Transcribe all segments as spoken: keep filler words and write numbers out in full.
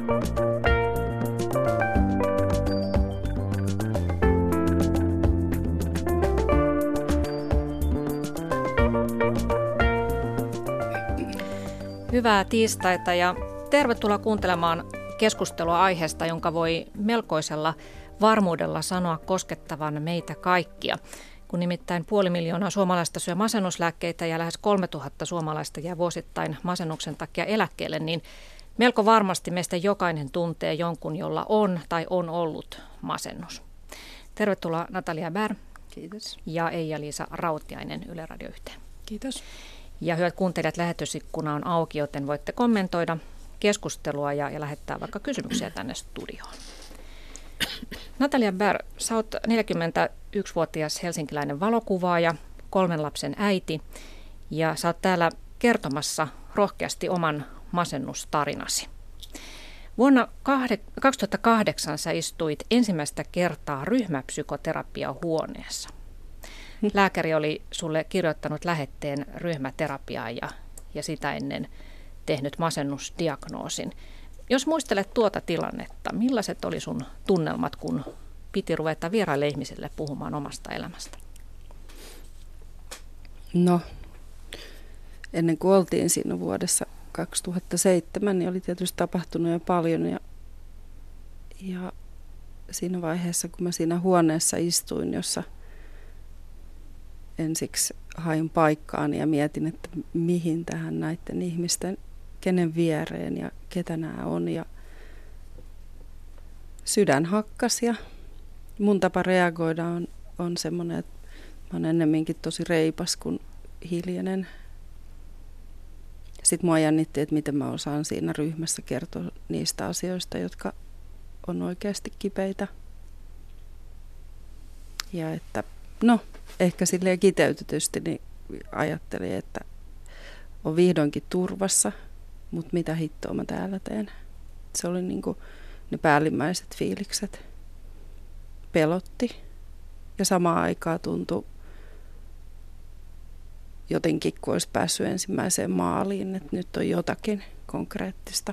Hyvää tiistaita ja tervetuloa kuuntelemaan keskustelua aiheesta, jonka voi melkoisella varmuudella sanoa koskettavan meitä kaikkia. Kun nimittäin puoli miljoonaa suomalaista syö masennuslääkkeitä ja lähes kolmetuhatta suomalaista jää vuosittain masennuksen takia eläkkeelle, niin melko varmasti meistä jokainen tuntee jonkun, jolla on tai on ollut masennus. Tervetuloa Natalia Bär. Kiitos. Ja Eija-Liisa Rautiainen Yle Radio Yhteen. Kiitos. Ja hyvät kuuntelijat, lähetysikkuna on auki, joten voitte kommentoida keskustelua ja, ja lähettää vaikka kysymyksiä tänne studioon. Natalia Bär, sä oot neljäkymmentäyksivuotias helsinkiläinen valokuvaaja, kolmen lapsen äiti ja sä oot täällä kertomassa rohkeasti oman masennustarinasi. Vuonna kaksituhattakahdeksan sä istuit ensimmäistä kertaa ryhmäpsykoterapiahuoneessa. Lääkäri oli sulle kirjoittanut lähetteen ryhmäterapiaan ja, ja sitä ennen tehnyt masennusdiagnoosin. Jos muistelet tuota tilannetta, millaiset oli sun tunnelmat, kun piti ruveta vieraille ihmisille puhumaan omasta elämästä? No, ennen kuin oltiin siinä vuodessa kaksituhattaseitsemän, niin oli tietysti tapahtunut jo paljon. Ja, ja siinä vaiheessa, kun mä siinä huoneessa istuin, jossa ensiksi hain paikkaan ja mietin, että mihin tähän näiden ihmisten, kenen viereen ja ketä nämä on. Ja sydän hakkas ja mun tapa reagoida on, on semmoinen, että mä oon ennemminkin tosi reipas kuin hiljainen. Sitten mua jännitti, että miten mä osaan siinä ryhmässä kertoa niistä asioista, jotka on oikeasti kipeitä. Ja että no, ehkä silleen kiteytetysti niin ajattelin, että on vihdoinkin turvassa, mutta mitä hittoa mä täällä teen. Se oli niin kuin ne päällimmäiset fiilikset. Pelotti ja samaan aikaan tuntui jotenkin, kun olisi päässyt ensimmäiseen maaliin, että nyt on jotakin konkreettista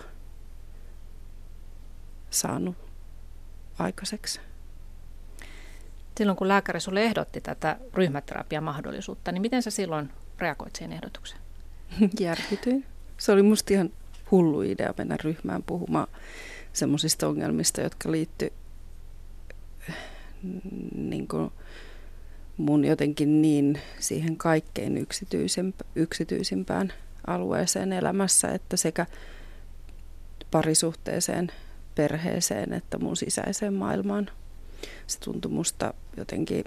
saanut aikaiseksi. Silloin kun lääkäri sulle ehdotti tätä ryhmäterapiamahdollisuutta, niin miten sä silloin reagoit siihen ehdotukseen? Järkytyin. Se oli musta ihan hullu idea mennä ryhmään puhumaan semmoisista ongelmista, jotka liittyy niin kuin mun jotenkin niin siihen kaikkein yksityisimpään alueeseen elämässä, että sekä parisuhteeseen, perheeseen että mun sisäiseen maailmaan. Se tuntui musta jotenkin,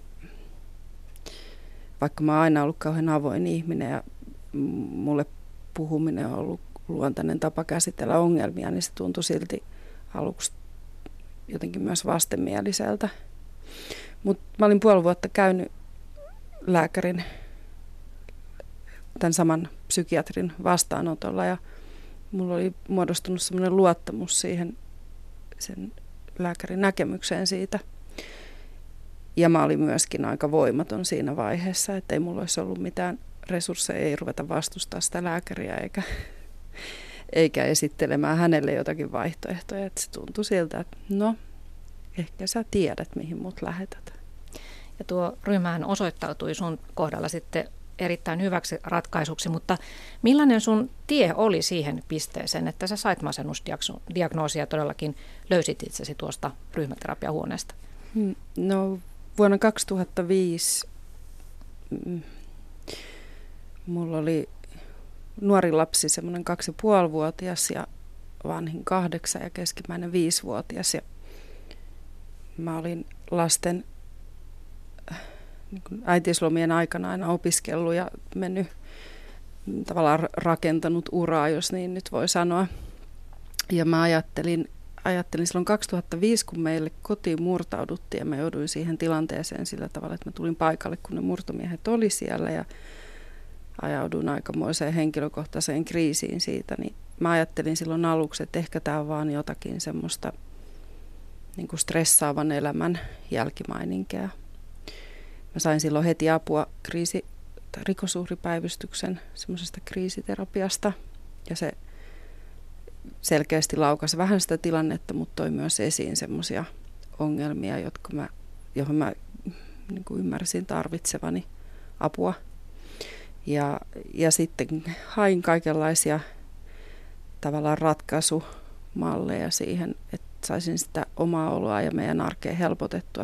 vaikka mä oon aina ollut kauhean avoin ihminen ja mulle puhuminen on ollut luontainen tapa käsitellä ongelmia, niin se tuntui silti aluksi jotenkin myös vastenmieliseltä. Mutta mä olin puoli vuotta käynyt lääkärin, tämän saman psykiatrin vastaanotolla ja mulla oli muodostunut semmoinen luottamus siihen sen lääkärin näkemykseen siitä. Ja mä olin myöskin aika voimaton siinä vaiheessa, että ei mulla olisi ollut mitään resursseja, ei ruveta vastustaa sitä lääkäriä eikä, eikä esittelemään hänelle jotakin vaihtoehtoja. Että se tuntui siltä, että no, ehkä sä tiedät, mihin mut lähetät. Ja tuo ryhmähän osoittautui sun kohdalla sitten erittäin hyväksi ratkaisuksi, mutta millainen sun tie oli siihen pisteeseen, että sä sait masennusdiagnoosia ja todellakin löysit itsesi tuosta ryhmäterapiahuoneesta? No vuonna kaksituhattaviisi mm, mulla oli nuori lapsi, semmoinen kaksi ja puolivuotias ja vanhin kahdeksan ja keskimmäinen viisivuotias. Ja mä olin lasten niin kuin äitiyslomien aikana aina opiskellut ja mennyt tavallaan rakentanut uraa, jos niin nyt voi sanoa. Ja mä ajattelin, ajattelin silloin kaksituhattaviisi, kun meille kotiin murtauduttiin ja mä jouduin siihen tilanteeseen sillä tavalla, että mä tulin paikalle, kun ne murtomiehet oli siellä ja ajauduin aikamoiseen henkilökohtaiseen kriisiin siitä. Niin mä ajattelin silloin aluksi, että ehkä tämä on vaan jotakin semmoista niin kuin stressaavan elämän jälkimaininkeä. Mä sain silloin heti apua kriisi- tai rikosuhripäivystyksen semmoisesta kriisiterapiasta ja se selkeästi laukasi vähän sitä tilannetta, mutta toi myös esiin semmoisia ongelmia, jotka mä, johon mä niin kuin ymmärsin tarvitsevani apua. Ja, ja sitten hain kaikenlaisia tavallaan ratkaisumalleja siihen, että saisin sitä omaa oloa ja meidän arkea helpotettua.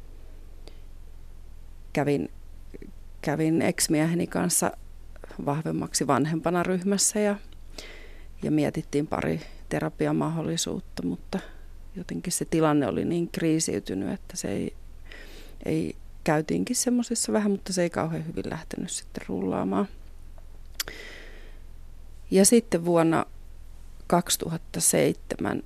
Kävin, kävin ex-mieheni kanssa vahvemmaksi vanhempana ryhmässä ja, ja mietittiin pari terapiamahdollisuutta, mutta jotenkin se tilanne oli niin kriisiytynyt, että se ei, ei käytiinkin semmoisessa vähän, mutta se ei kauhean hyvin lähtenyt sitten rullaamaan. Ja sitten vuonna kaksituhattaseitsemän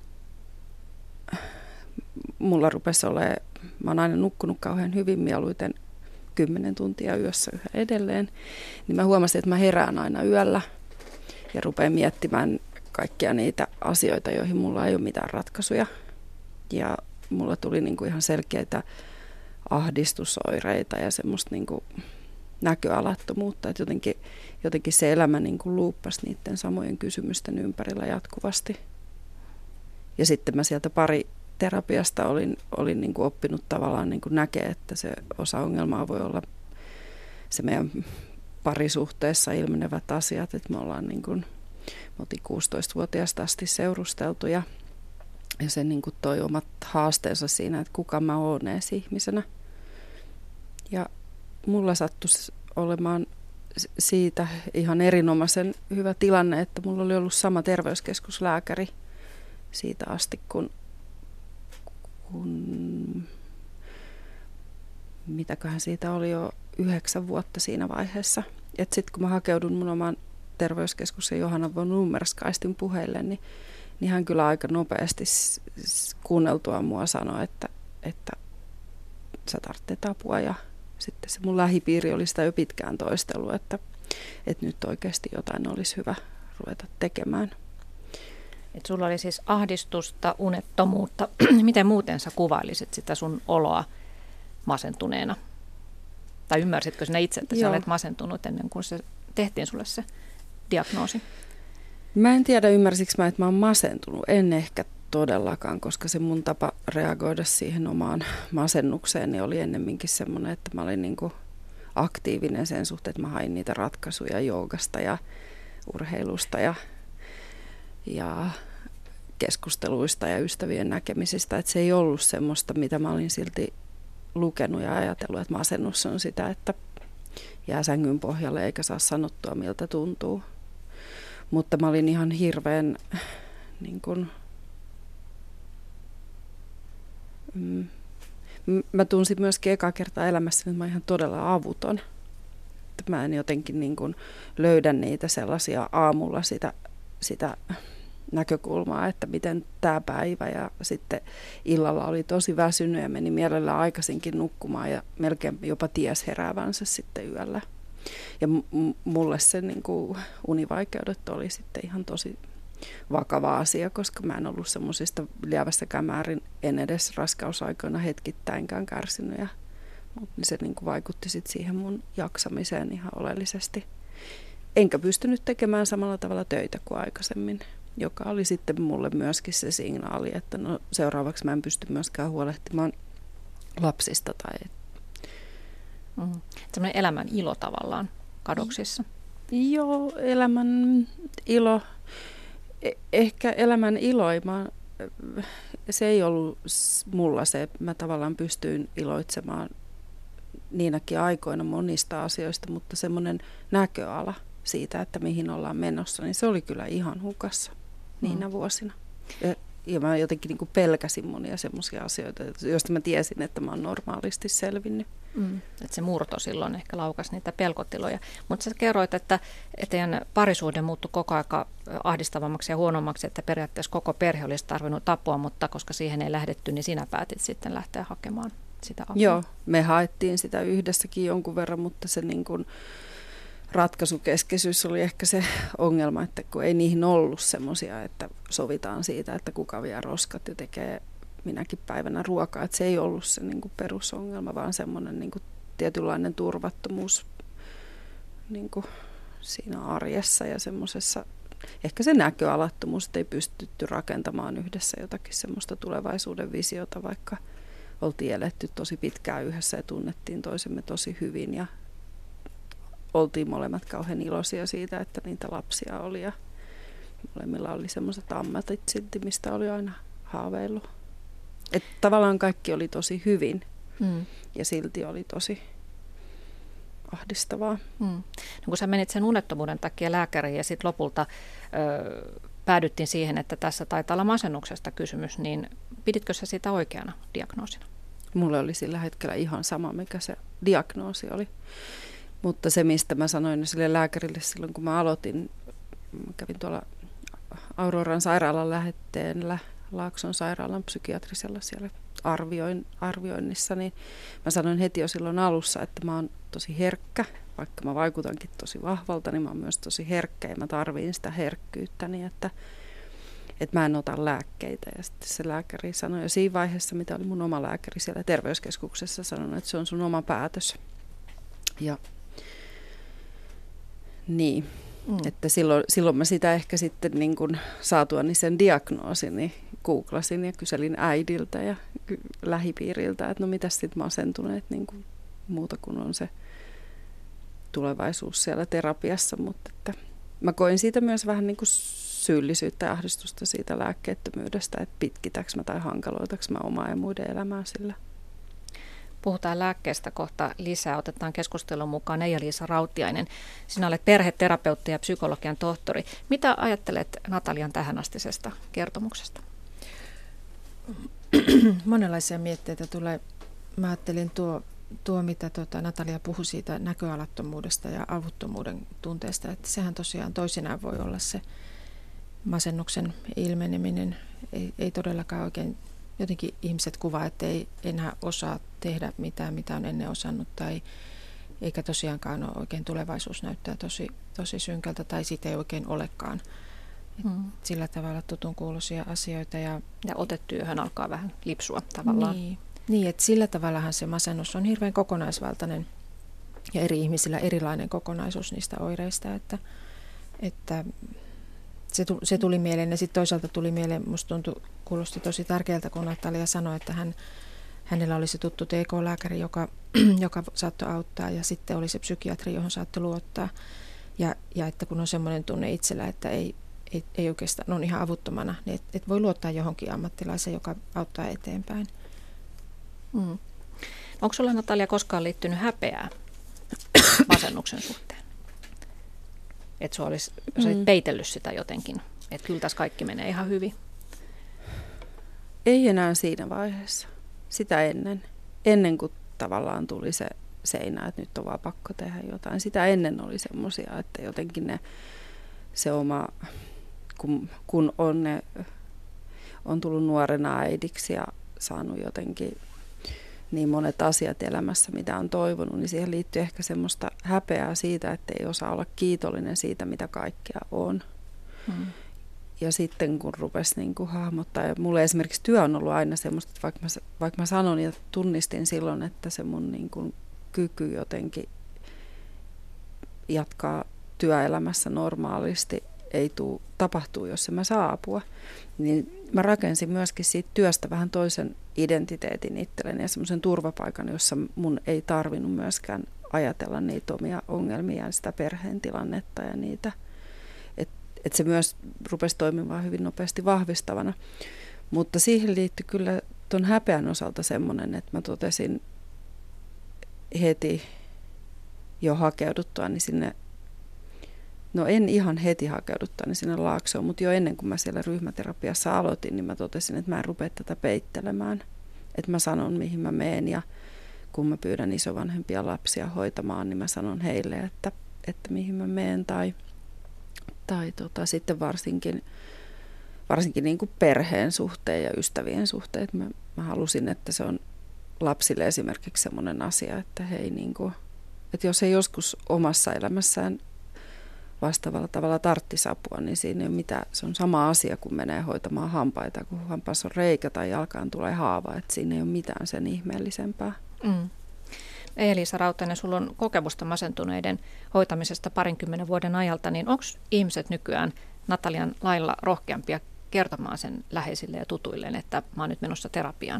mulla rupesi olemaan, mä oon aina nukkunut kauhean hyvin, mieluiten kymmenen tuntia yössä yhä edelleen, niin mä huomasin, että mä herään aina yöllä ja rupean miettimään kaikkia niitä asioita, joihin mulla ei ole mitään ratkaisuja. Ja mulla tuli niinku ihan selkeitä ahdistusoireita ja semmoista niinku näköalattomuutta, että jotenkin, jotenkin se elämä niinku luuppasi niiden samojen kysymysten ympärillä jatkuvasti. Ja sitten mä sieltä pari terapiasta olin, olin niin kuin oppinut tavallaan niin kuin näkee, että se osa ongelmaa voi olla se meidän parisuhteessa ilmenevät asiat, että me ollaan niin kuin, me oltiin kuusitoistavuotiaasta asti seurusteltu ja, ja se niin kuin toi omat haasteensa siinä, että kuka mä oon edes ihmisenä. Ja mulla sattui olemaan siitä ihan erinomaisen hyvä tilanne, että mulla oli ollut sama terveyskeskuslääkäri siitä asti, kun kun mitäköhän siitä oli jo yhdeksän vuotta siinä vaiheessa. Sitten kun mä hakeudun mun oman terveyskeskuksen Johanna von Nummerskaistin puheille, niin, niin hän kyllä aika nopeasti kuunneltua mua sanoi, että, että sä tarvitset apua. Ja sitten se mun lähipiiri oli sitä jo pitkään toistellut, että, että nyt oikeasti jotain olisi hyvä ruveta tekemään. Et sulla oli siis ahdistusta, unettomuutta. Miten muuten sä kuvailisit sitä sun oloa masentuneena? Tai ymmärsitkö sinä itse, että Joo. sä olet masentunut ennen kuin se tehtiin sulle se diagnoosi? Mä en tiedä, ymmärsikö mä, että mä oon masentunut. En ehkä todellakaan, koska se mun tapa reagoida siihen omaan masennukseen oli ennemminkin semmoinen, että mä olin niin kuin aktiivinen sen suhteen, että mä hain niitä ratkaisuja joogasta ja urheilusta ja ja keskusteluista ja ystävien näkemisistä, että se ei ollut semmoista, mitä mä olin silti lukenut ja ajatellut, että masennus on sitä, että jää sängyn pohjalle eikä saa sanottua, miltä tuntuu. Mutta mä olin ihan hirveän, niin kun, mm, mä tunsin myöskin eka kertaa elämässäni, että mä oon ihan todella avuton. Että mä en jotenkin niin kun löydä niitä sellaisia aamulla sitä, sitä näkökulmaa, että miten tämä päivä ja sitten illalla oli tosi väsynyt ja meni mielellään aikaisinkin nukkumaan ja melkein jopa ties heräävänsä sitten yöllä. Ja m- mulle se niin kuin univaikeudet oli sitten ihan tosi vakava asia, koska mä en ollut semmoisista lievässäkään määrin, en edes raskausaikoina hetkittäinkään kärsinyt ja se niin kuin vaikutti sitten siihen mun jaksamiseen ihan oleellisesti. Enkä pystynyt tekemään samalla tavalla töitä kuin aikaisemmin, joka oli sitten mulle myöskin se signaali, että no seuraavaksi mä en pysty myöskään huolehtimaan lapsista. Tai... Mm. Sellainen elämän ilo tavallaan kadoksissa. Joo, elämän ilo. Eh- ehkä elämän ilo, mä, se ei ollut mulla se, mä tavallaan pystyin iloitsemaan niinäkin aikoina monista asioista, mutta semmoinen näköala siitä, että mihin ollaan menossa, niin se oli kyllä ihan hukassa niinä mm. vuosina. Ja, ja mä jotenkin niin kuin pelkäsin monia semmoisia asioita, joista mä tiesin, että mä oon normaalisti selvinnyt. Mm. Että se murto silloin ehkä laukasi niitä pelkotiloja. Mutta sä kerroit, että teidän parisuhde muuttui koko aika ahdistavammaksi ja huonommaksi, että periaatteessa koko perhe olisi tarvinnut apua, mutta koska siihen ei lähdetty, niin sinä päätit sitten lähteä hakemaan sitä apua. Joo, me haettiin sitä yhdessäkin jonkun verran, mutta se niin kuin ratkaisukeskeisyys oli ehkä se ongelma, että kun ei niihin ollut semmoisia, että sovitaan siitä, että kuka vie roskat ja tekee minäkin päivänä ruokaa. Että se ei ollut se niin kuin perusongelma, vaan semmoinen niin kuin tietynlainen turvattomuus niin kuin siinä arjessa ja semmoisessa ehkä se näköalattomuus, että ei pystytty rakentamaan yhdessä jotakin semmoista tulevaisuuden visiota, vaikka oltiin eletty tosi pitkään yhdessä ja tunnettiin toisemme tosi hyvin ja oltiin molemmat kauhean iloisia siitä, että niitä lapsia oli ja molemmilla oli semmoiset ammatit silti, mistä oli aina haaveillut. Että tavallaan kaikki oli tosi hyvin mm. ja silti oli tosi ahdistavaa. Mm. No kun sä menit sen unettomuuden takia lääkäriin ja sitten lopulta ö, päädyttiin siihen, että tässä taitaa olla masennuksesta kysymys, niin piditkö sä sitä oikeana diagnoosina? Mulle oli sillä hetkellä ihan sama, mikä se diagnoosi oli. Mutta se, mistä mä sanoin sille lääkärille silloin, kun mä aloitin, mä kävin tuolla Auroran sairaalan lähetteellä, Laakson sairaalan psykiatrisella siellä arvioin, arvioinnissa, niin mä sanoin heti jo silloin alussa, että mä oon tosi herkkä, vaikka mä vaikutankin tosi vahvalta, niin mä oon myös tosi herkkä ja mä tarviin sitä herkkyyttä, niin että, että mä en ota lääkkeitä. Ja sitten se lääkäri sanoi jo siinä vaiheessa, mitä oli mun oma lääkäri siellä terveyskeskuksessa, sanoi, että se on sun oma päätös. Ja niin, mm. että silloin, silloin mä sitä ehkä sitten niin kun saatuani sen diagnoosin, niin googlasin ja kyselin äidiltä ja lähipiiriltä, että no mitäs sitten masentuneet niin kuin muuta kuin on se tulevaisuus siellä terapiassa, mutta että mä koin siitä myös vähän niin kuin syyllisyyttä ja ahdistusta siitä lääkkeettömyydestä, että pitkitäks mä tai hankaloitaks mä omaa ja muiden elämää sillä. Puhutaan lääkkeestä kohta lisää. Otetaan keskustelun mukaan Eija-Liisa Rautiainen. Sinä olet perheterapeutti ja psykologian tohtori. Mitä ajattelet Natalian tähänastisesta kertomuksesta? Monenlaisia mietteitä tulee. Mä ajattelin tuo, tuo mitä tuota Natalia puhui siitä näköalattomuudesta ja avuttomuuden tunteesta, että sehän tosiaan toisinaan voi olla se masennuksen ilmeneminen. Ei, ei todellakaan oikein jotenkin ihmiset kuvaa, että ei enää osaa tehdä mitään, mitä on ennen osannut, tai eikä tosiaankaan ole oikein tulevaisuus näyttää tosi, tosi synkältä, tai siitä ei oikein olekaan. Hmm. Sillä tavalla tutun kuuluisia asioita. Ja, ja otetyöhön alkaa vähän lipsua tavallaan. Niin, niin, että sillä tavallahan se masennus on hirveän kokonaisvaltainen ja eri ihmisillä erilainen kokonaisuus niistä oireista, että, että se, se tuli mieleen ja sitten toisaalta tuli mieleen, musta tuntui, kuulosti tosi tärkeältä, kun Natalia sanoi, että hän, hänellä oli se tuttu T K-lääkäri, joka, joka saattoi auttaa ja sitten oli se psykiatri, johon saattoi luottaa ja, ja että kun on semmoinen tunne itsellä, että ei Ei, ei oikeastaan, on ihan avuttomana, niin että et voi luottaa johonkin ammattilaiseen, joka auttaa eteenpäin. Mm. Onko sulla, Natalia, koskaan liittynyt häpeää masennuksen suhteen? Että sä olis, mm. olit peitellyt sitä jotenkin, että kyllä tässä kaikki menee ihan hyvin? Ei enää siinä vaiheessa. Sitä ennen. Ennen kuin tavallaan tuli se seinä, että nyt on vaan pakko tehdä jotain. Sitä ennen oli semmoisia, että jotenkin ne, se oma... Kun, kun on, ne, on tullut nuorena äidiksi ja saanut jotenkin niin monet asiat elämässä, mitä on toivonut, niin siihen liittyy ehkä semmoista häpeää siitä, että ei osaa olla kiitollinen siitä, mitä kaikkea on. Hmm. Ja sitten kun rupesi niin kuin hahmottaa, ja mulle esimerkiksi työ on ollut aina semmoista, että vaikka mä, vaikka mä sanon ja tunnistin silloin, että se mun niin kuin kyky jotenkin jatkaa työelämässä normaalisti, ei tule tapahtuu, jos en mä saa apua, niin mä rakensin myöskin siitä työstä vähän toisen identiteetin itselleni ja semmoisen turvapaikan, jossa mun ei tarvinnut myöskään ajatella niitä omia ongelmia, sitä perheen tilannetta ja niitä. Että et se myös rupesi toimimaan hyvin nopeasti vahvistavana. Mutta siihen liittyi kyllä ton häpeän osalta semmoinen, että mä totesin heti jo hakeuduttuani sinne. No en ihan heti hakeuduttani sinne Laaksoon, mutta jo ennen kuin mä siellä ryhmäterapiassa aloitin, niin mä totesin, että mä en rupea tätä peittelemään. Että mä sanon, mihin mä meen ja kun mä pyydän isovanhempia lapsia hoitamaan, niin mä sanon heille, että, että mihin mä meen. Tai, tai tota, sitten varsinkin, varsinkin niin kuin perheen suhteen ja ystävien suhteen. Mä, mä halusin, että se on lapsille esimerkiksi semmoinen asia, että, hei, niin kuin, että jos he joskus omassa elämässään vastaavalla tavalla tarttisi apua, niin siinä ei ole mitään. Se on sama asia, kun menee hoitamaan hampaita, kun hampaassa on reikä tai jalkaan tulee haava, että siinä ei ole mitään sen ihmeellisempää. Mm. Eija-Liisa Rautiainen, sulla on kokemusta masentuneiden hoitamisesta parinkymmenen vuoden ajalta, niin onko ihmiset nykyään Natalian lailla rohkeampia kertomaan sen läheisille ja tutuilleen, että mä oon nyt menossa terapiaan?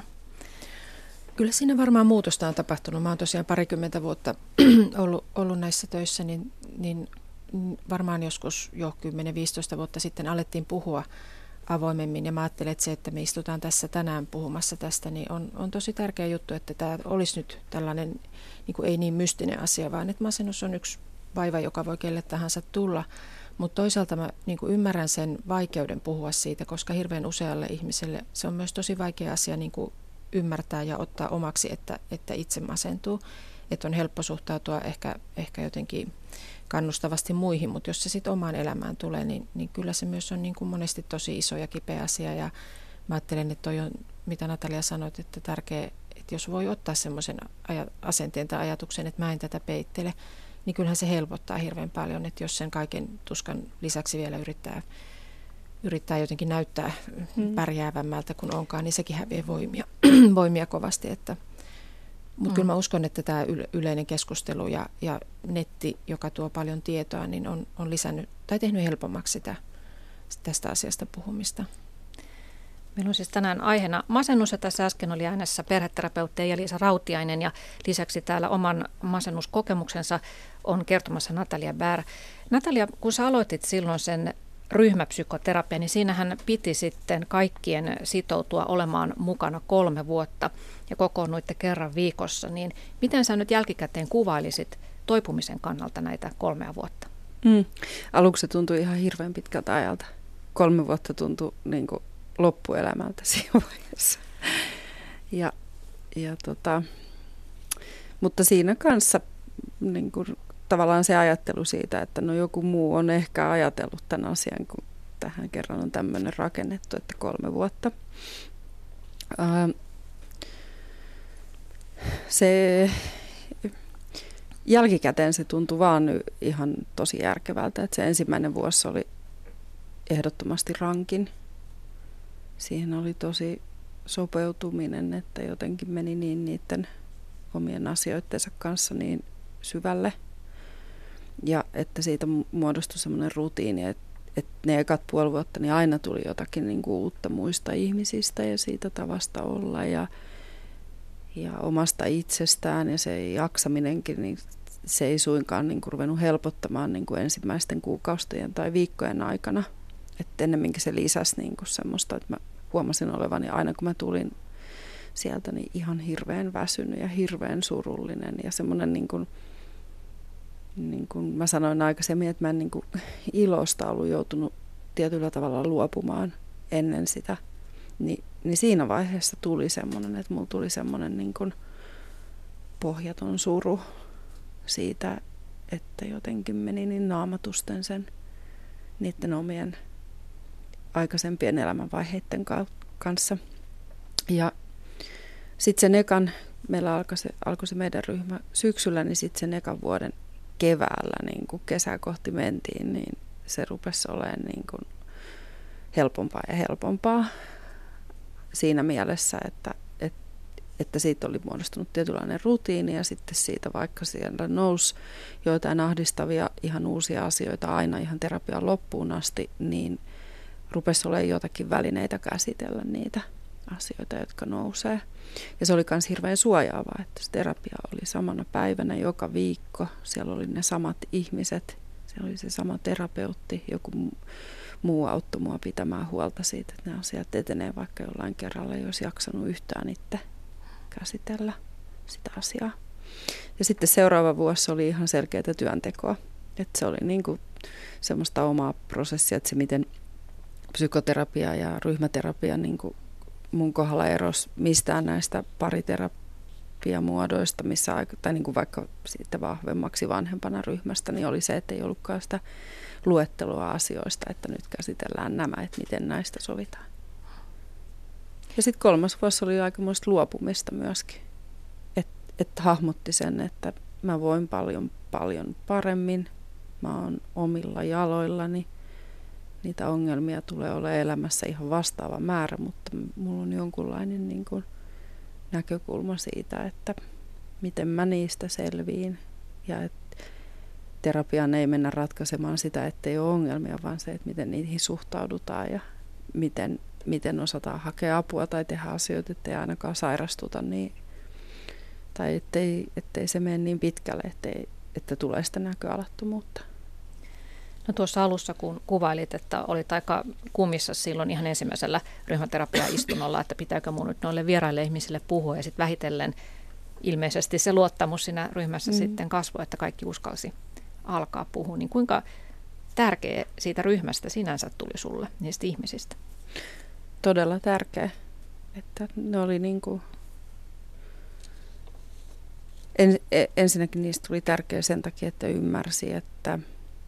Kyllä siinä varmaan muutosta on tapahtunut. Mä oon tosiaan parikymmentä vuotta ollut, ollut näissä töissä, niin, niin varmaan joskus jo kymmenen viisitoista vuotta sitten alettiin puhua avoimemmin. Ja mä ajattelen, että se, että me istutaan tässä tänään puhumassa tästä, niin on, on tosi tärkeä juttu, että tämä olisi nyt tällainen niin kuin ei niin mystinen asia, vaan että masennus on yksi vaiva, joka voi kelle tahansa tulla. Mutta toisaalta mä niin kuin ymmärrän sen vaikeuden puhua siitä, koska hirveän usealle ihmiselle se on myös tosi vaikea asia niin kuin ymmärtää ja ottaa omaksi, että, että itse masentuu. Että on helppo suhtautua ehkä, ehkä jotenkin kannustavasti muihin, mutta jos se sitten omaan elämään tulee, niin, niin kyllä se myös on niin kuin monesti tosi iso ja kipeä asia. Ja mä ajattelen, että toi on, mitä Natalia sanoit, että tärkeä, että jos voi ottaa semmoisen aja, asenteen tai ajatuksen, että mä en tätä peittele, niin kyllähän se helpottaa hirveän paljon, että jos sen kaiken tuskan lisäksi vielä yrittää, yrittää jotenkin näyttää hmm. pärjäävämmältä kuin onkaan, niin sekin häviää voimia, voimia kovasti. Että, mutta hmm. kyllä mä uskon, että tämä yleinen keskustelu ja, ja netti, joka tuo paljon tietoa, niin on, on lisännyt tai tehnyt helpommaksi sitä, tästä asiasta puhumista. Meillä on siis tänään aiheena masennus, ja tässä äsken oli äänessä perheterapeutti Eija-Liisa Rautiainen, ja lisäksi täällä oman masennuskokemuksensa on kertomassa Natalia Bär. Natalia, kun sä aloitit silloin sen ryhmäpsykoterapian, niin siinähän piti sitten kaikkien sitoutua olemaan mukana kolme vuotta ja kokoonnuitte kerran viikossa, niin miten sä nyt jälkikäteen kuvailisit toipumisen kannalta näitä kolmea vuotta? Mm. Aluksi se tuntui ihan hirveän pitkältä ajalta. Kolme vuotta tuntui niin kuin loppuelämältä siinä vaiheessa. Ja, ja tota, mutta siinä kanssa niin kuin, tavallaan se ajattelu siitä, että no joku muu on ehkä ajatellut tämän asian, kun tähän kerran on tämmöinen rakennettu, että kolme vuotta. Ää, se jälkikäteen se tuntui vaan ihan tosi järkevältä, että se ensimmäinen vuosi oli ehdottomasti rankin. Siihen oli tosi sopeutuminen, että jotenkin meni niin niiden omien asioittensa kanssa niin syvälle. Ja että siitä muodostui semmoinen rutiini, että, että ne ekat puoli vuotta niin aina tuli jotakin niin kuin uutta muista ihmisistä ja siitä tavasta olla ja, ja omasta itsestään. Ja se jaksaminenkin, niin se ei suinkaan niin kuin ruvennut helpottamaan niin kuin ensimmäisten kuukausien tai viikkojen aikana. Että ennemminkin se lisäsi niin kuin semmoista, että mä huomasin olevani aina kun mä tulin sieltä niin ihan hirveän väsynyt ja hirveän surullinen ja semmoinen niin kuin, niin kuin mä sanoin aikaisemmin, että mä en niin kuin ilosta ollut joutunut tietyllä tavalla luopumaan ennen sitä, Ni, niin siinä vaiheessa tuli semmoinen, että mulla tuli semmoinen niin kuin pohjaton suru siitä, että jotenkin meni niin naamatusten sen niiden omien aikaisempien elämänvaiheiden kanssa. Ja sitten sen ekan, meillä alkoi se, alkoi se meidän ryhmä syksyllä, niin sitten sen ekan vuoden keväällä, niin kun kesää kohti mentiin, niin se rupesi olemaan niin kun helpompaa ja helpompaa siinä mielessä, että, että, että siitä oli muodostunut tietynlainen rutiini ja sitten siitä vaikka siellä nousi joitain ahdistavia ihan uusia asioita aina ihan terapian loppuun asti, niin rupesi olemaan jotakin välineitä käsitellä niitä asioita, jotka nousee. Ja se oli myös hirveän suojaavaa, että se terapia oli samana päivänä joka viikko. Siellä oli ne samat ihmiset, siellä oli se sama terapeutti, joku muu auttoi mua pitämään huolta siitä, että ne asiat etenee vaikka jollain kerralla, ei olisi jaksanut yhtään itse käsitellä sitä asiaa. Ja sitten seuraava vuosi oli ihan selkeää työntekoa. Että se oli niin kuin semmoista omaa prosessia, että se miten psykoterapia ja ryhmäterapia niin kuin mun kohdalla erosi mistään näistä pariterapiamuodoista, missä, tai niin kuin vaikka sitten vahvemmaksi vanhempana ryhmästä, niin oli se, että ei ollutkaan sitä luettelua asioista, että nyt käsitellään nämä, että miten näistä sovitaan. Ja sitten kolmas vuosi oli aikamoista luopumista myöskin, että et hahmotti sen, että mä voin paljon, paljon paremmin, mä oon omilla jaloillani. Niitä ongelmia tulee olla elämässä ihan vastaava määrä, mutta mulla on jonkunlainen niin kuin näkökulma siitä, että miten mä niistä selviin. Ja että terapiaan ei mennä ratkaisemaan sitä, ettei ole ongelmia, vaan se, että miten niihin suhtaudutaan ja miten, miten osataan hakea apua tai tehdä asioita, ettei ainakaan sairastuta niin, tai ettei, ettei se mene niin pitkälle, ettei, että tulee sitä näköalattomuutta. No tuossa alussa, kun kuvailit, että olit aika kumissa silloin ihan ensimmäisellä ryhmäterapiaistunnolla, että pitääkö mun nyt noille vieraille ihmisille puhua, ja sitten vähitellen ilmeisesti se luottamus siinä ryhmässä mm. sitten kasvoi, että kaikki uskalsi alkaa puhua. Niin kuinka tärkeä siitä ryhmästä sinänsä tuli sulle, niistä ihmisistä? Todella tärkeä. Että ne oli niin kuin En, ensinnäkin niistä tuli tärkeä sen takia, että ymmärsi, että,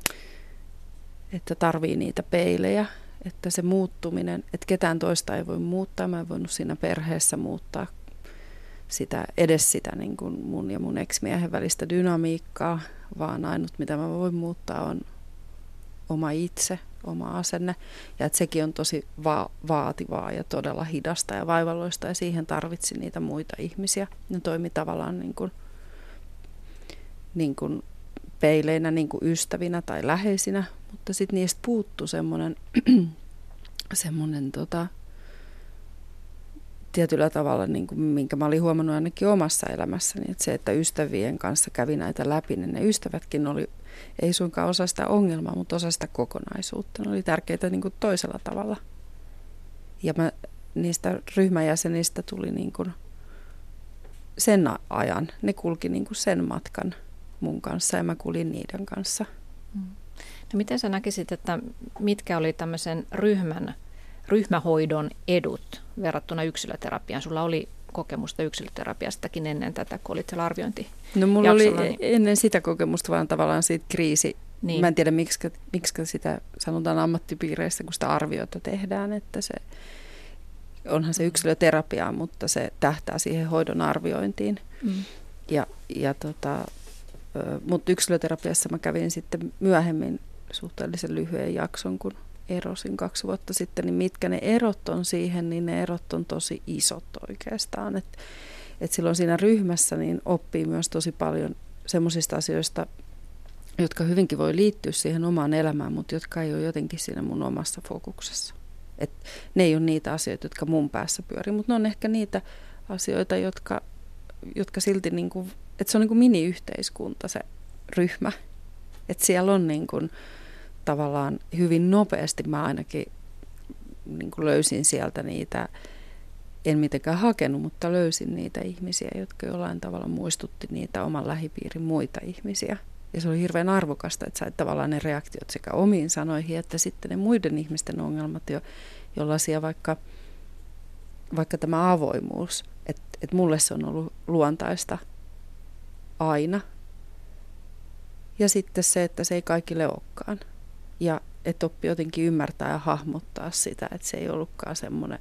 että tarvii niitä peilejä, että se muuttuminen, että ketään toista ei voi muuttaa. Mä en voinut siinä perheessä muuttaa sitä, edes sitä niin kuin mun ja mun ex-miehen välistä dynamiikkaa, vaan ainut mitä mä voin muuttaa on oma itse, oma asenne. Ja että sekin on tosi va- vaativaa ja todella hidasta ja vaivalloista, ja siihen tarvitsin niitä muita ihmisiä. Ne toimi tavallaan niin kuin niin kuin peileinä, niin kuin ystävinä tai läheisinä, mutta sitten niistä puuttui semmoinen, semmoinen tota, tietyllä tavalla, niin kuin, minkä mä olin huomannut ainakin omassa elämässäni, että se, että ystävien kanssa kävi näitä läpi, niin ne ystävätkin oli, ei suinkaan osa sitä ongelmaa, mutta osa sitä kokonaisuutta. Ne oli tärkeitä niin kuin toisella tavalla. Ja mä niistä ryhmäjäsenistä tuli niin kuin sen ajan, ne kulki niin kuin sen matkan mun kanssa ja mä kuljin niiden kanssa. No miten sä näkisit, että mitkä oli tämmöisen ryhmän, ryhmähoidon edut verrattuna yksilöterapiaan? Sulla oli kokemusta yksilöterapiastakin ennen tätä, kun olit siellä arviointijaksolla. No mulla oli niin ennen sitä kokemusta vaan tavallaan siitä kriisi. Niin. Mä en tiedä, miksi, miksi sitä sanotaan ammattipiireissä, kun sitä arviota tehdään, että se onhan se yksilöterapiaa, mutta se tähtää siihen hoidon arviointiin. Mm. Ja, ja tota, mutta yksilöterapiassa mä kävin sitten myöhemmin suhteellisen lyhyen jakson, kun erosin kaksi vuotta sitten, niin mitkä ne erot on siihen, niin ne erot on tosi isot oikeastaan. Et, et silloin siinä ryhmässä niin oppii myös tosi paljon semmoisista asioista, jotka hyvinkin voi liittyä siihen omaan elämään, mutta jotka ei ole jotenkin siinä mun omassa fokuksessa. Et ne ei ole niitä asioita, jotka mun päässä pyörii, mutta ne on ehkä niitä asioita, jotka, jotka silti, niin kuin, että se on niin kuin mini-yhteiskunta se ryhmä. Että siellä on niin kuin, tavallaan hyvin nopeasti mä ainakin niin kuin löysin sieltä niitä, en mitenkään hakenut, mutta löysin niitä ihmisiä, jotka jollain tavalla muistutti niitä oman lähipiirin muita ihmisiä. Ja se oli hirveän arvokasta, että sait tavallaan ne reaktiot sekä omiin sanoihin, että sitten ne muiden ihmisten ongelmat, jo, jollaisia vaikka, vaikka tämä avoimuus, että, että mulle se on ollut luontaista aina. Ja sitten se, että se ei kaikille olekaan. Ja että oppi jotenkin ymmärtää ja hahmottaa sitä, että se ei ollutkaan semmoinen.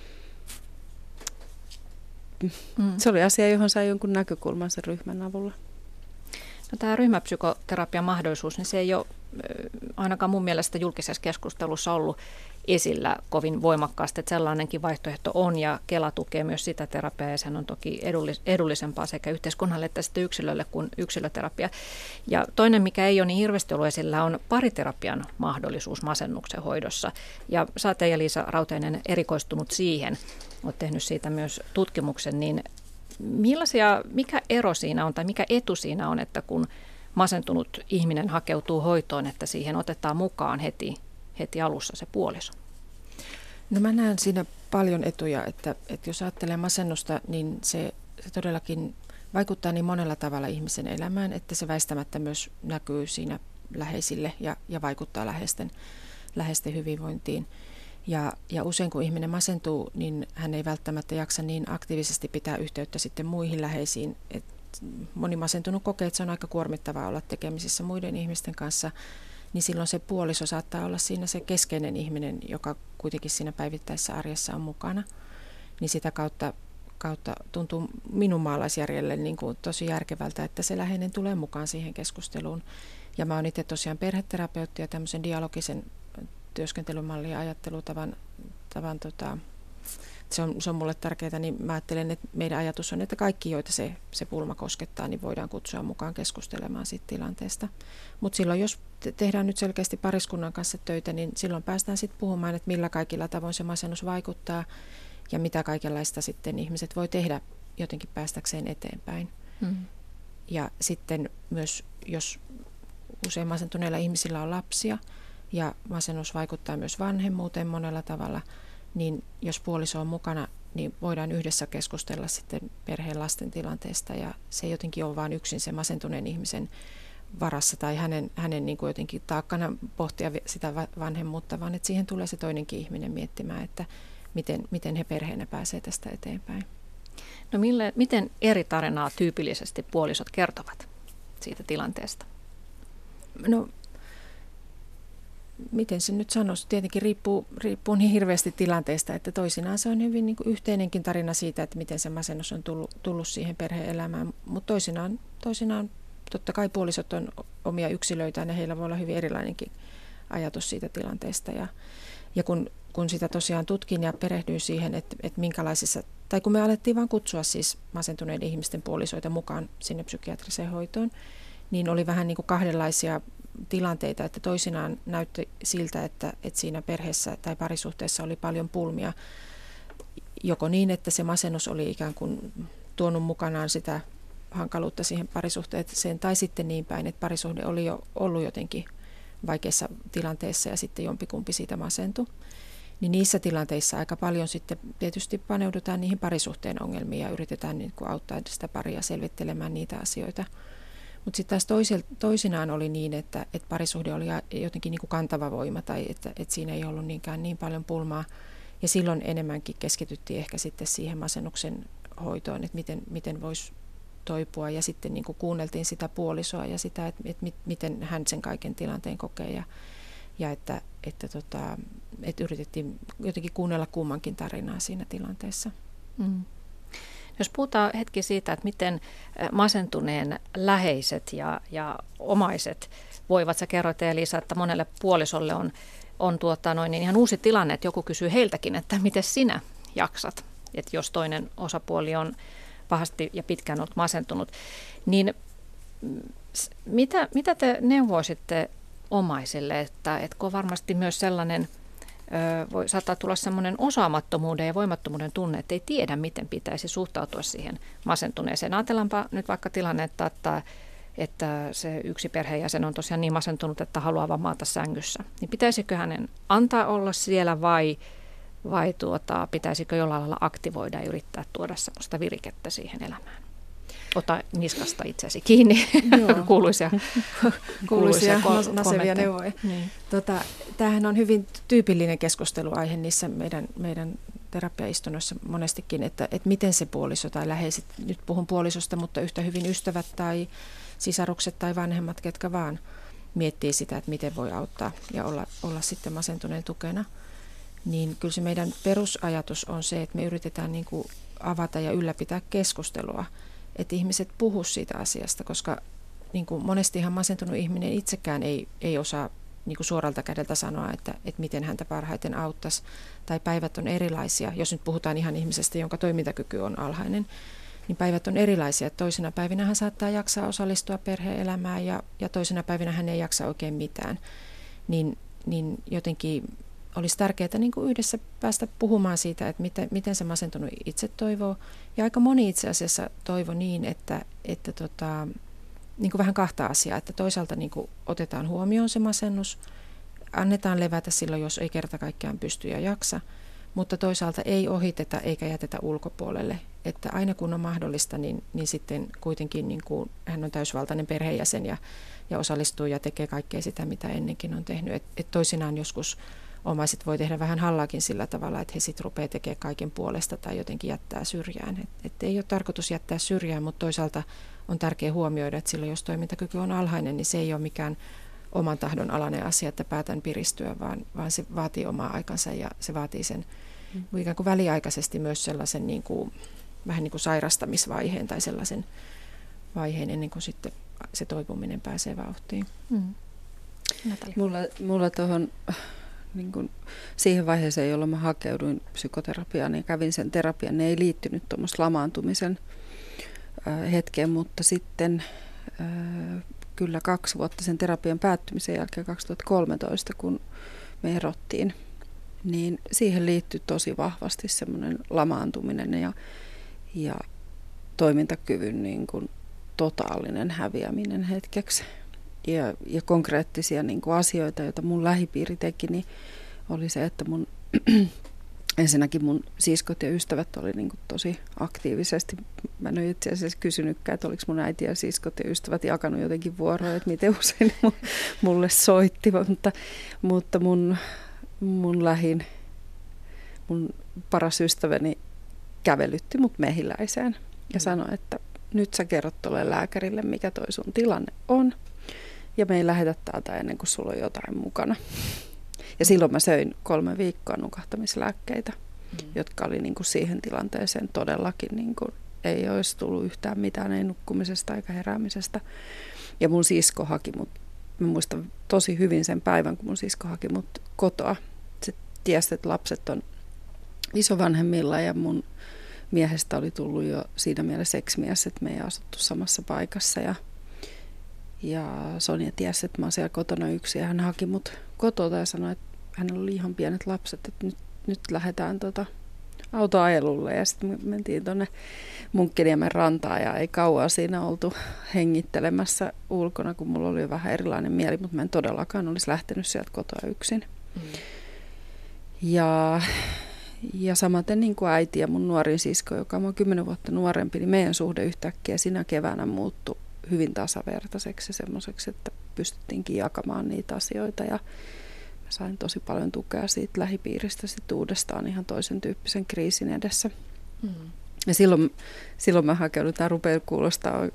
Mm. Se oli asia, johon sai jonkun näkökulman sen ryhmän avulla. No, tämä ryhmäpsykoterapian mahdollisuus, niin se ei ole ainakaan mun mielestä julkisessa keskustelussa ollut esillä kovin voimakkaasti, että sellainenkin vaihtoehto on, ja Kela tukee myös sitä terapiaa, ja sehän on toki edullisempaa sekä yhteiskunnalle että sitten yksilölle kuin yksilöterapia. Ja toinen, mikä ei ole niin hirveästi ollut esillä, on pariterapian mahdollisuus masennuksen hoidossa. Ja sä oot, Liisa Rautiainen, erikoistunut siihen, oot tehnyt siitä myös tutkimuksen, niin millaisia, mikä ero siinä on tai mikä etu siinä on, että kun masentunut ihminen hakeutuu hoitoon, että siihen otetaan mukaan heti, heti alussa se puoliso? No mä näen siinä paljon etuja, että, että jos ajattelee masennusta, niin se, se todellakin vaikuttaa niin monella tavalla ihmisen elämään, että se väistämättä myös näkyy siinä läheisille ja, ja vaikuttaa läheisten, läheisten hyvinvointiin. Ja, ja usein kun ihminen masentuu, niin hän ei välttämättä jaksa niin aktiivisesti pitää yhteyttä sitten muihin läheisiin. Et moni masentunut kokee, että se on aika kuormittavaa olla tekemisissä muiden ihmisten kanssa, niin silloin se puoliso saattaa olla siinä se keskeinen ihminen, joka kuitenkin siinä päivittäisessä arjessa on mukana. Niin sitä kautta, kautta tuntuu minun maalaisjärjelle niin kuin tosi järkevältä, että se läheinen tulee mukaan siihen keskusteluun. Ja mä oon itse tosiaan perheterapeutti ja tämmöisen dialogisen työskentelymallin ja ajattelutavan tavan, tota, se on, se on mulle tärkeää, niin mä ajattelen, että meidän ajatus on, että kaikki, joita se, se pulma koskettaa, niin voidaan kutsua mukaan keskustelemaan siitä tilanteesta. Mutta silloin, jos te- tehdään nyt selkeästi pariskunnan kanssa töitä, niin silloin päästään sitten puhumaan, että millä kaikilla tavoin se masennus vaikuttaa ja mitä kaikenlaista sitten ihmiset voi tehdä jotenkin päästäkseen eteenpäin. Mm. Ja sitten myös, jos usein masentuneilla ihmisillä on lapsia ja masennus vaikuttaa myös vanhemmuuteen monella tavalla, niin jos puoliso on mukana, niin voidaan yhdessä keskustella sitten perheen lasten tilanteesta ja se jotenkin on vain yksin se masentuneen ihmisen varassa tai hänen, hänen niin kuin jotenkin taakkana pohtia sitä vanhemmuutta, vaan että siihen tulee se toinenkin ihminen miettimään, että miten, miten he perheenä pääsee tästä eteenpäin. No mille, miten eri tarinaa tyypillisesti puolisot kertovat siitä tilanteesta? No, miten se nyt sanoisi? Tietenkin riippuu, riippuu niin hirveästi tilanteesta, että toisinaan se on hyvin niin kuin yhteinenkin tarina siitä, että miten se masennus on tullut, tullut siihen perhe-elämään, mutta toisinaan, toisinaan totta kai puolisot on omia yksilöitään ja heillä voi olla hyvin erilainenkin ajatus siitä tilanteesta. Ja, ja kun, kun sitä tosiaan tutkin ja perehdyin siihen, että, että minkälaisissa, tai kun me alettiin vaan kutsua siis masentuneiden ihmisten puolisoita mukaan sinne psykiatriseen hoitoon, niin oli vähän niin kuin kahdenlaisia tilanteita, että toisinaan näytti siltä, että, että siinä perheessä tai parisuhteessa oli paljon pulmia, joko niin, että se masennus oli ikään kuin tuonut mukanaan sitä hankaluutta siihen parisuhteeseen, tai sitten niin päin, että parisuhde oli jo ollut jotenkin vaikeassa tilanteessa ja sitten jompikumpi siitä masentui. Niin niissä tilanteissa aika paljon sitten tietysti paneudutaan niihin parisuhteen ongelmiin ja yritetään niin kuin auttaa sitä paria selvittelemään niitä asioita. Mutta sitten taas toisinaan oli niin, että, että parisuhde oli jotenkin niin kuin kantava voima tai että, että siinä ei ollut niinkään niin paljon pulmaa. Ja silloin enemmänkin keskityttiin ehkä sitten siihen masennuksen hoitoon, että miten, miten voisi toipua. Ja sitten niin kuin kuunneltiin sitä puolisoa ja sitä, että, että miten hän sen kaiken tilanteen kokee. Ja, ja että, että, tota, että yritettiin jotenkin kuunnella kummankin tarinaa siinä tilanteessa. Mm. Jos puhutaan hetki siitä, että miten masentuneen läheiset ja, ja omaiset voivat, sä kerroit Elisa, että monelle puolisolle on, on tuota noin, niin ihan uusi tilanne, että joku kysyy heiltäkin, että miten sinä jaksat, että jos toinen osapuoli on pahasti ja pitkään ollut masentunut, niin mitä, mitä te neuvoisitte omaisille, että, että kun varmasti myös sellainen voi saattaa tulla semmoinen osaamattomuuden ja voimattomuuden tunne, että ei tiedä, miten pitäisi suhtautua siihen masentuneeseen. Ajatellaanpa nyt vaikka tilannetta, että, että se yksi perheenjäsen on tosiaan niin masentunut, että haluaa vaan maata sängyssä. Niin pitäisikö hänen antaa olla siellä vai, vai tuota, pitäisikö jollain lailla aktivoida ja yrittää tuoda semmoista virikettä siihen elämään? Ota niskasta itsesi kiinni, kuuluisia, kuuluisia nasevia neuvoja. Niin. Tota, tämähän on hyvin tyypillinen keskusteluaihe niissä meidän, meidän terapiaistunnoissa monestikin, että, että miten se puoliso tai läheiset, nyt puhun puolisosta, mutta yhtä hyvin ystävät tai sisarukset tai vanhemmat, ketkä vaan miettii sitä, että miten voi auttaa ja olla, olla sitten masentuneen tukena. Niin kyllä se meidän perusajatus on se, että me yritetään niin kuin avata ja ylläpitää keskustelua, että ihmiset puhuu siitä asiasta, koska niin kuin monestihan masentunut ihminen itsekään ei, ei osaa niin kuin suoralta kädeltä sanoa, että, että miten häntä parhaiten auttaisi. Tai päivät on erilaisia, jos nyt puhutaan ihan ihmisestä, jonka toimintakyky on alhainen, niin päivät on erilaisia. Toisena päivinä hän saattaa jaksaa osallistua perhe-elämään ja, ja toisena päivinä hän ei jaksa oikein mitään. Niin, niin jotenkin olisi tärkeää niin kuin yhdessä päästä puhumaan siitä, että miten, miten se masentunut itse toivoo. Ja aika moni itse asiassa toivoo niin, että, että tota, niin kuin vähän kahta asiaa. Että toisaalta niin kuin otetaan huomioon se masennus, annetaan levätä silloin, jos ei kerta kaikkiaan pysty ja jaksa. Mutta toisaalta ei ohiteta eikä jätetä ulkopuolelle. Että aina kun on mahdollista, niin, niin sitten kuitenkin niin kuin hän on täysvaltainen perheenjäsen ja, ja osallistuu ja tekee kaikkea sitä, mitä ennenkin on tehnyt. Et, et toisinaan joskus omaiset voi tehdä vähän hallaakin sillä tavalla, että he sitten rupeaa tekemään kaiken puolesta tai jotenkin jättää syrjään. Et, et ei ole tarkoitus jättää syrjään, mutta toisaalta on tärkeää huomioida, että silloin jos toimintakyky on alhainen, niin se ei ole mikään oman tahdon alainen asia, että päätän piristyä, vaan, vaan se vaatii omaa aikansa ja se vaatii sen mm. ikään kuin väliaikaisesti myös sellaisen niin kuin, vähän niin kuin sairastamisvaiheen tai sellaisen vaiheen ennen kuin sitten se toipuminen pääsee vauhtiin. Mm. Mulla, mulla tuohon niin kuin siihen vaiheeseen, jolloin mä hakeuduin psykoterapiaan ja kävin sen terapian, ne ei liittynyt tuommoista lamaantumisen äh, hetkeen, mutta sitten äh, kyllä kaksi vuotta sen terapian päättymisen jälkeen kaksituhattakolmetoista, kun me erottiin, niin siihen liittyi tosi vahvasti semmoinen lamaantuminen ja, ja toimintakyvyn niin kuin totaalinen häviäminen hetkeksi. Ja, ja konkreettisia niin kuin asioita, joita mun lähipiiri teki, niin oli se, että mun ensinnäkin mun siskot ja ystävät oli niin kuin tosi aktiivisesti. Mä en ole itse asiassa kysynytkään, että oliko mun äiti ja siskot ja ystävät jakanut jotenkin vuoroja, että miten usein mulle soitti, mutta, mutta mun, mun lähin, mun paras ystäväni kävelytti mut Mehiläiseen ja sanoi, että nyt sä kerrot tuolle lääkärille, mikä toi sun tilanne on. Ja me ei lähetä täältä ennen kuin sulla on jotain mukana. Ja silloin mä söin kolme viikkoa nukahtamislääkkeitä, mm. jotka oli niin kuin siihen tilanteeseen todellakin, niin kuin ei olisi tullut yhtään mitään, ei nukkumisesta eikä heräämisestä. Ja mun sisko haki mut, mä muistan tosi hyvin sen päivän, kun mun sisko haki mut kotoa. Se tiesi, että lapset on isovanhemmilla ja mun miehestä oli tullut jo siinä mielessä seksimies, että me ei asuttu samassa paikassa ja Ja Sonja tiesi, että mä oon siellä kotona yksin ja hän haki mut kotota ja sanoi, että hänellä oli ihan pienet lapset, että nyt, nyt lähdetään tota autoajelulle. Ja sitten mentiin tuonne Munkkiniemen rantaan ja ei kauan siinä oltu hengittelemässä ulkona, kun mulla oli vähän erilainen mieli, mutta mä en todellakaan olisi lähtenyt sieltä kotoa yksin. Mm. Ja, ja samaten niin kuin äiti ja mun nuorin sisko, joka on kymmenen vuotta nuorempi, niin meidän suhde yhtäkkiä siinä keväänä muuttui hyvin tasavertaiseksi ja semmoiseksi, että pystyttiinkin jakamaan niitä asioita ja mä sain tosi paljon tukea siitä lähipiiristä sit uudestaan ihan toisen tyyppisen kriisin edessä. Mm. Ja silloin, silloin mä hakeudun, tämä rupeaa kuulostaa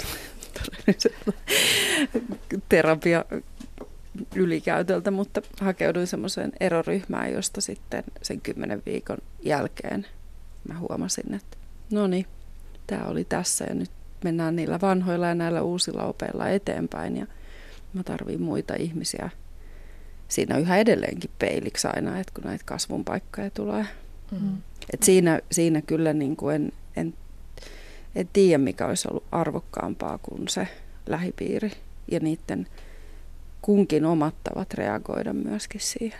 terapia ylikäytöltä, mutta hakeuduin semmoiseen eroryhmään, josta sitten sen kymmenen viikon jälkeen mä huomasin, että no niin, tämä oli tässä ja nyt mennään niillä vanhoilla ja näillä uusilla opeilla eteenpäin ja mä tarviin muita ihmisiä siinä yhä edelleenkin peiliksi aina, että kun näitä kasvun paikkoja tulee. Mm-hmm. Et siinä, siinä kyllä niin kuin en, en, en tiedä, mikä olisi ollut arvokkaampaa kuin se lähipiiri ja niiden kunkin omat tavat reagoida myöskin siihen.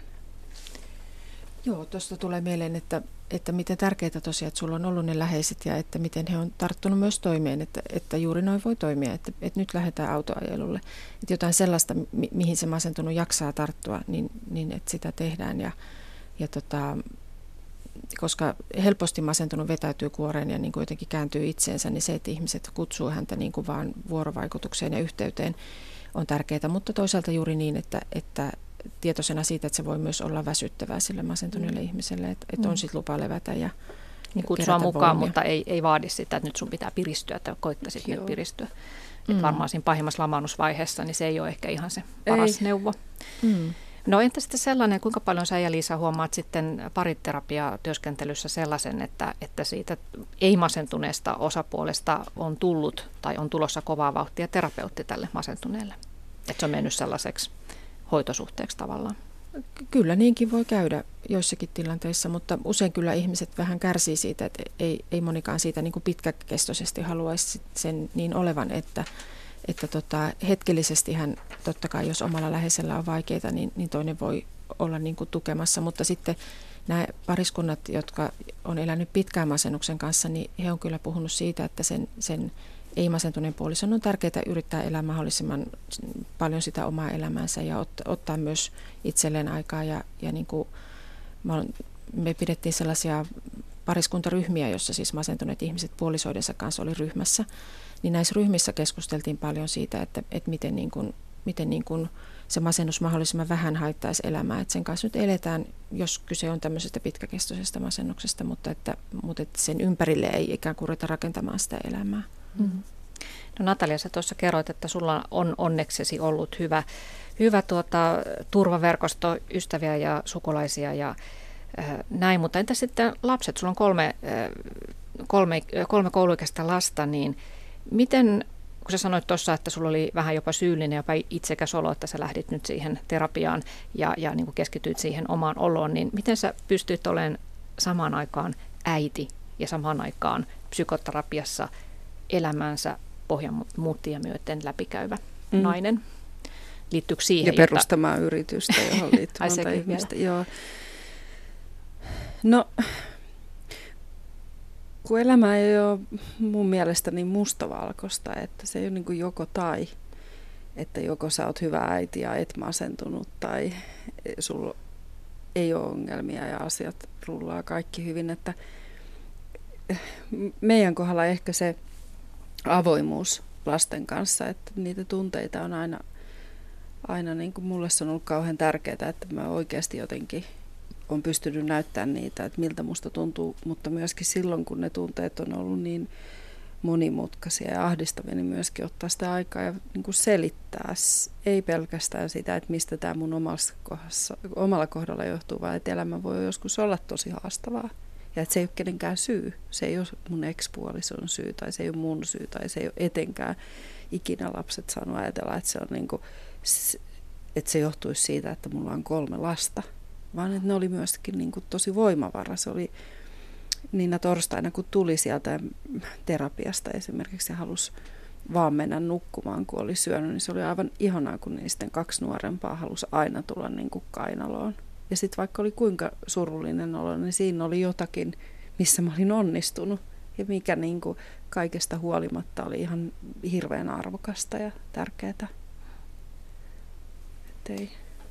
Joo, tuosta tulee mieleen, että, että miten tärkeää tosiaan, että sulla on ollut ne läheiset ja että miten he on tarttunut myös toimeen, että, että juuri noin voi toimia, että, että nyt lähdetään autoajelulle. Että jotain sellaista, mi- mihin se masentunut jaksaa tarttua, niin, niin että sitä tehdään. Ja, ja tota, koska helposti masentunut vetäytyy kuoreen ja niin kuin jotenkin kääntyy itseensä, niin se, että ihmiset kutsuu häntä niin kuin vaan vuorovaikutukseen ja yhteyteen on tärkeää, mutta toisaalta juuri niin, että, että tietoisena siitä, että se voi myös olla väsyttävää sille masentuneelle mm. ihmiselle, että, että on sitten lupa levätä ja niin kutsua mukaan, voimia. Mutta ei, ei vaadi sitä, että nyt sun pitää piristyä tai koittaisit nyt piristyä. Mm. Että varmaan siinä pahimmassa lamaannusvaiheessa niin se ei ole ehkä ihan se paras ei. neuvo. Mm. No entä sitten sellainen, kuinka paljon sä ja Liisa huomaat sitten pariterapiatyöskentelyssä sellaisen, että, että siitä ei-masentuneesta osapuolesta on tullut tai on tulossa kovaa vauhtia terapeutti tälle masentuneelle? Että se on mennyt sellaiseksi hoitosuhteeksi tavallaan. Kyllä niinkin voi käydä joissakin tilanteissa, mutta usein kyllä ihmiset vähän kärsii siitä, että ei, ei monikaan siitä niin kuin pitkäkestoisesti haluaisi sen niin olevan, että, että tota, hetkellisesti hän totta kai, jos omalla läheisellä on vaikeita, niin, niin toinen voi olla niin kuin tukemassa, mutta sitten nämä pariskunnat, jotka on elänyt pitkään masennuksen kanssa, niin he on kyllä puhunut siitä, että sen, sen ei-masentuneen puolison on tärkeää yrittää elää mahdollisimman paljon sitä omaa elämäänsä ja ottaa, ottaa myös itselleen aikaa. Ja, ja niin kuin me pidettiin sellaisia pariskuntaryhmiä, jossa siis masentuneet ihmiset puolisoidensa kanssa oli ryhmässä. Niin näissä ryhmissä keskusteltiin paljon siitä, että, että miten, niin kuin, miten niin kuin se masennus mahdollisimman vähän haittaisi elämää. Että sen kanssa nyt eletään, jos kyse on tämmöisestä pitkäkestoisesta masennuksesta, mutta että, mutta että sen ympärille ei ikään kuin ruveta rakentamaan sitä elämää. Mm-hmm. No Natalia, sä tuossa kerroit, että sulla on onneksesi ollut hyvä, hyvä tuota, turvaverkosto, ystäviä ja sukulaisia ja äh, näin, mutta entä sitten lapset? Sulla on kolme, äh, kolme, kolme kouluikäistä lasta, niin miten kun sä sanoit tuossa, että sulla oli vähän jopa syyllinen, jopa itsekäs olo, että sä lähdit nyt siihen terapiaan ja, ja niin kuin keskityit siihen omaan oloon, niin miten sä pystyit olemaan samaan aikaan äiti ja samaan aikaan psykoterapiassa elämänsä pohjanmuuttia myöten läpikäyvä mm. nainen? Liittyykö siihen? Ja perustamaan jotta... yritystä, johon liittyy monta ihmistä. Joo. No, kun elämä ei ole mun mielestä niin mustavalkoista, että se ei ole niin kuin joko tai, että joko sä oot hyvä äiti ja et masentunut tai sulla ei ole ongelmia ja asiat rullaa kaikki hyvin, että meidän kohdalla ehkä se avoimuus lasten kanssa, että niitä tunteita on aina, aina niin kuin mulle se on ollut kauhean tärkeää, että mä oikeasti jotenkin on pystynyt näyttämään niitä, että miltä musta tuntuu, mutta myöskin silloin, kun ne tunteet on ollut niin monimutkaisia ja ahdistavia, niin myöskin ottaa sitä aikaa ja niin kuin selittää. Ei pelkästään sitä, että mistä tämä mun omassa kohdassa, omalla kohdalla johtuu, vaan että elämä voi joskus olla tosi haastavaa. Ja että se ei ole kenenkään syy. Se ei ole mun ex-puolison syy tai se ei ole mun syy tai se ei ole etenkään ikinä lapset saanut ajatella, että se, on niin kuin, että se johtuisi siitä, että mulla on kolme lasta. Vaan että ne oli myöskin niin kuin tosi voimavara. Se oli niinä torstaina, kun tuli sieltä terapiasta esimerkiksi ja halusi vaan mennä nukkumaan, kun oli syönyt, niin se oli aivan ihanaa, kun niistä kaksi nuorempaa halusi aina tulla niin kuin kainaloon. Ja sitten vaikka oli kuinka surullinen olo, niin siinä oli jotakin, missä mä olin onnistunut. Ja mikä niin kuin kaikesta huolimatta oli ihan hirveän arvokasta ja tärkeää. Ettei...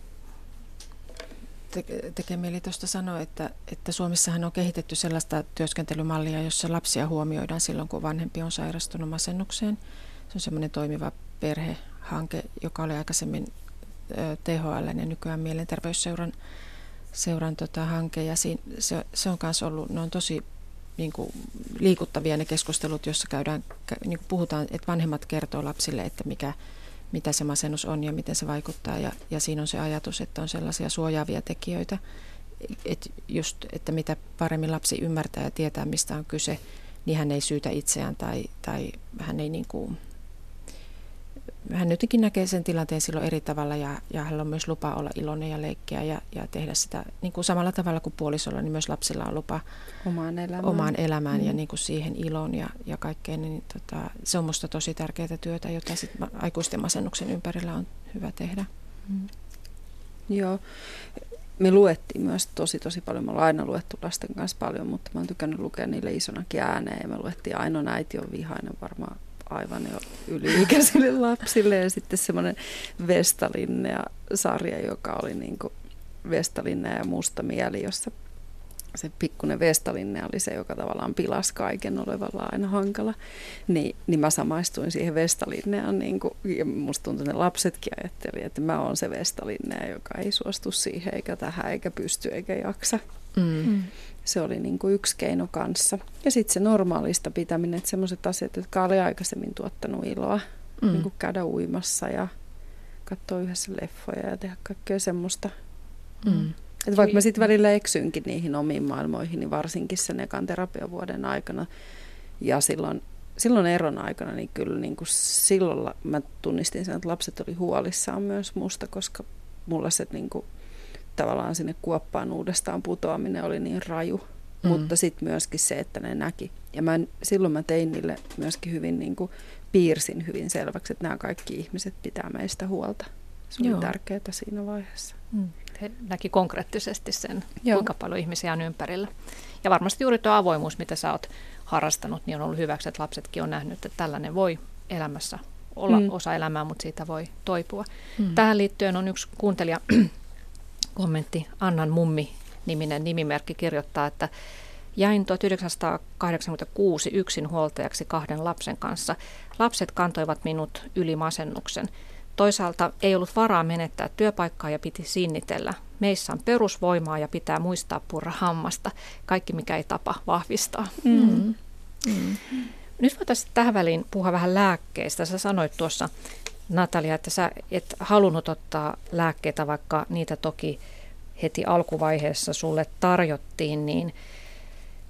Tekee mieli tuosta sanoa, että, että Suomessahan on kehitetty sellaista työskentelymallia, jossa lapsia huomioidaan silloin, kun vanhempi on sairastunut masennukseen. Se on semmoinen toimiva perhehanke, joka oli aikaisemmin T H L ja nykyään Mielenterveysseuran seuran, tota, hanke. Ja siinä, se, se on myös ollut, ne on tosi niin kuin, liikuttavia ne keskustelut, joissa käydään, niin kuin puhutaan, että vanhemmat kertoo lapsille, että mikä mitä se masennus on ja miten se vaikuttaa. Ja, ja siinä on se ajatus, että on sellaisia suojaavia tekijöitä, että, just, että mitä paremmin lapsi ymmärtää ja tietää, mistä on kyse, niin hän ei syytä itseään tai, tai hän ei niin kuin, hän jotenkin näkee sen tilanteen silloin eri tavalla ja, ja hänellä on myös lupa olla iloinen ja leikkiä ja, ja tehdä sitä niin kuin samalla tavalla kuin puolisolla, niin myös lapsilla on lupa omaan elämään, omaan elämään mm. ja mm. niin kuin siihen iloon ja, ja kaikkeen. Niin, tota, se on minusta tosi tärkeää työtä, jota sit aikuisten masennuksen ympärillä on hyvä tehdä. Mm. Joo. Me luettiin myös tosi tosi paljon. Me ollaan aina luettu lasten kanssa paljon, mutta mä oon tykännyt lukea niille isonakin ääneen. Ja me luettiin Ainon äiti on vihainen varmaan aivan jo yli-ikäisille lapsille. Ja sitten semmoinen Vestalinnea-sarja, joka oli niin kuin Vestalinnea ja Musta mieli, jossa se pikkuinen Vestalinnea oli se, joka tavallaan pilasi kaiken olevalla aina hankala. Ni, niin mä samaistuin siihen Vestalinneaan. Niin kuin, ja musta tuntui, että ne lapsetkin ajatteli, että mä oon se Vestalinnea, joka ei suostu siihen eikä tähän eikä pysty eikä jaksa. Mm. Se oli niin kuin yksi keino kanssa. Ja sitten se normaalista pitäminen, että sellaiset asiat, jotka oli aikaisemmin tuottanut iloa, mm. niin kuin käydä uimassa ja katsoa yhdessä leffoja ja tehdä kaikkea semmoista. Mm. Että vaikka mä sitten välillä eksynkin niihin omiin maailmoihin, niin varsinkin sen ekan terapiavuoden aikana ja silloin, silloin eron aikana, niin kyllä niin kuin silloin mä tunnistin sen, että lapset oli huolissaan myös musta, koska mulla se niin kuin, tavallaan sinne kuoppaan uudestaan putoaminen oli niin raju, mm. mutta sitten myöskin se, että ne näki. Ja mä, silloin mä tein niille myöskin hyvin, niin kuin, piirsin hyvin selväksi, että nämä kaikki ihmiset pitää meistä huolta. Se oli Joo. tärkeää siinä vaiheessa. Mm. He näki konkreettisesti sen, Joo. kuinka paljon ihmisiä on ympärillä. Ja varmasti juuri tuo avoimuus, mitä sä oot harrastanut, niin on ollut hyväksi, että lapsetkin on nähnyt, että tällainen voi elämässä olla mm. osa elämää, mutta siitä voi toipua. Mm. Tähän liittyen on yksi kuuntelija kommentti, Annan mummi-niminen nimimerkki kirjoittaa, että jäin tuhatyhdeksänsataakahdeksankymmentäkuusi yksinhuoltajaksi kahden lapsen kanssa. Lapset kantoivat minut yli masennuksen. Toisaalta ei ollut varaa menettää työpaikkaa ja piti sinnitellä. Meissä on perusvoimaa ja pitää muistaa purra hammasta. Kaikki mikä ei tapa vahvistaa. Mm. Mm. Nyt voitaisiin tähän väliin puhua vähän lääkkeistä. Sä sanoit tuossa, Natalia, että sä et halunnut ottaa lääkkeitä, vaikka niitä toki heti alkuvaiheessa sulle tarjottiin. Niin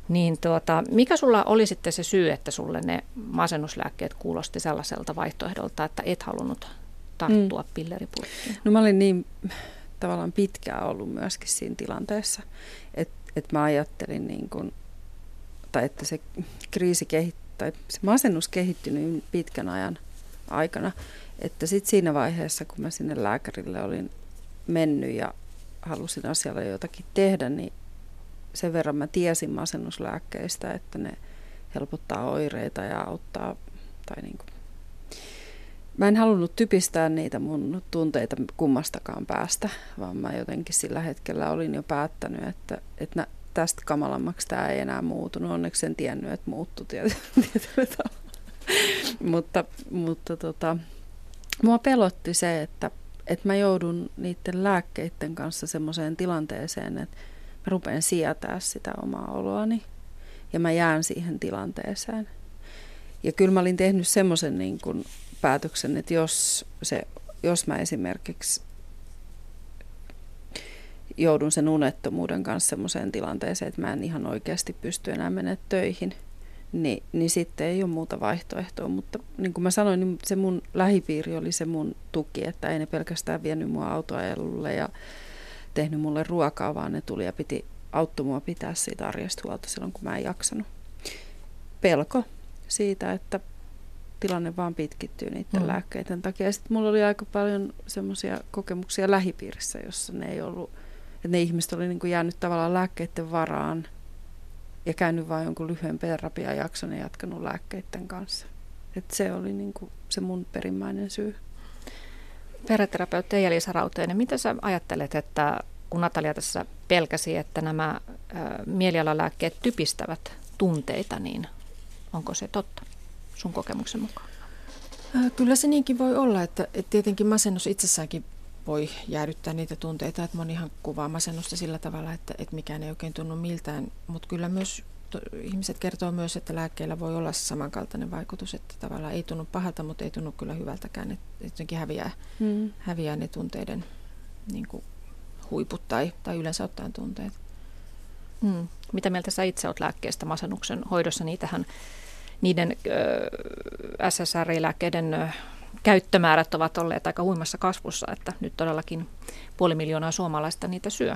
Niin tuota, mikä sulla oli sitten se syy, että sulle ne masennuslääkkeet kuulosti sellaiselta vaihtoehdolta, että et halunnut tarttua mm. pilleripurkkiin? No mä olin niin tavallaan pitkään ollut myöskin siinä tilanteessa, että et mä ajattelin niin kun, tai että se kriisi kehittyi, tai se masennus kehittyi niin pitkän ajan aikana, että sitten siinä vaiheessa, kun mä sinne lääkärille olin mennyt ja halusin asialle jotakin tehdä, niin sen verran mä tiesin masennuslääkkeistä, että ne helpottaa oireita ja auttaa, tai niin kuin. Mä en halunnut typistää niitä mun tunteita kummastakaan päästä, vaan mä jotenkin sillä hetkellä olin jo päättänyt, että, että tästä kamalammaksi tämä ei enää muutunut. Onneksi en tiennyt, että muuttui tietyllä tavalla. mutta mutta tota, mua pelotti se, että, että mä joudun niiden lääkkeiden kanssa semmoiseen tilanteeseen, että mä rupean sietää sitä omaa oloani ja mä jään siihen tilanteeseen. Ja kyllä mä olin tehnyt semmoisen niin kuin päätöksen, että jos, se, jos mä esimerkiksi joudun sen unettomuuden kanssa semmoiseen tilanteeseen, että mä en ihan oikeasti pysty enää mennä töihin, niin, niin sitten ei ole muuta vaihtoehtoa. Mutta niin kuin mä sanoin, niin se mun lähipiiri oli se mun tuki, että ei ne pelkästään vienyt mua autoajelulle ja tehnyt mulle ruokaa, vaan ne tuli ja piti, auttoi mua pitää siitä arjesta huolta silloin, kun mä en jaksanut. Pelko siitä, että tilanne vaan pitkittyy niiden mm. lääkkeiden takia. Ja sitten mulla oli aika paljon semmoisia kokemuksia lähipiirissä, jossa ne ei ollut, että ne ihmiset oli niin kuin jäänyt tavallaan lääkkeiden varaan ja käynyt vain jonkun lyhyen terapiajakson ja jatkanut lääkkeiden kanssa. Että se oli niin kuin se mun perimmäinen syy. Perheterapeutti Eija-Liisa Rauteinen, mitä sä ajattelet, että kun Natalia tässä pelkäsi, että nämä ä, mielialalääkkeet typistävät tunteita, niin onko se totta sun kokemuksen mukaan? Kyllä se niinkin voi olla, että, että tietenkin masennus itsessäänkin voi jäädyttää niitä tunteita, että monihan kuvaa masennusta sillä tavalla, että, että mikään ei oikein tunnu miltään, mutta kyllä myös to, ihmiset kertoo myös, että lääkkeillä voi olla samankaltainen vaikutus, että tavallaan ei tunnu pahalta, mutta ei tunnu kyllä hyvältäkään, että jotenkin häviää, hmm. häviää ne tunteiden niin kuin huiput tai, tai yleensä ottaen tunteet. Hmm. Mitä mieltä sä itse olet lääkkeestä masennuksen hoidossa? Niitähän, niiden ö, S S R I-lääkkeiden ö, käyttömäärät ovat olleet aika huimassa kasvussa, että nyt todellakin puoli miljoonaa suomalaista niitä syö.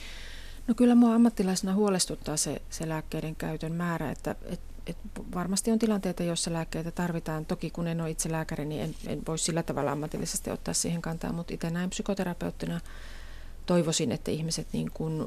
No kyllä mua ammattilaisena huolestuttaa se, se lääkkeiden käytön määrä, että et, et varmasti on tilanteita, joissa lääkkeitä tarvitaan. Toki kun en ole itse lääkäri, niin en, en voi sillä tavalla ammatillisesti ottaa siihen kantaa, mutta itse näin psykoterapeuttina toivoisin, että ihmiset niin kuin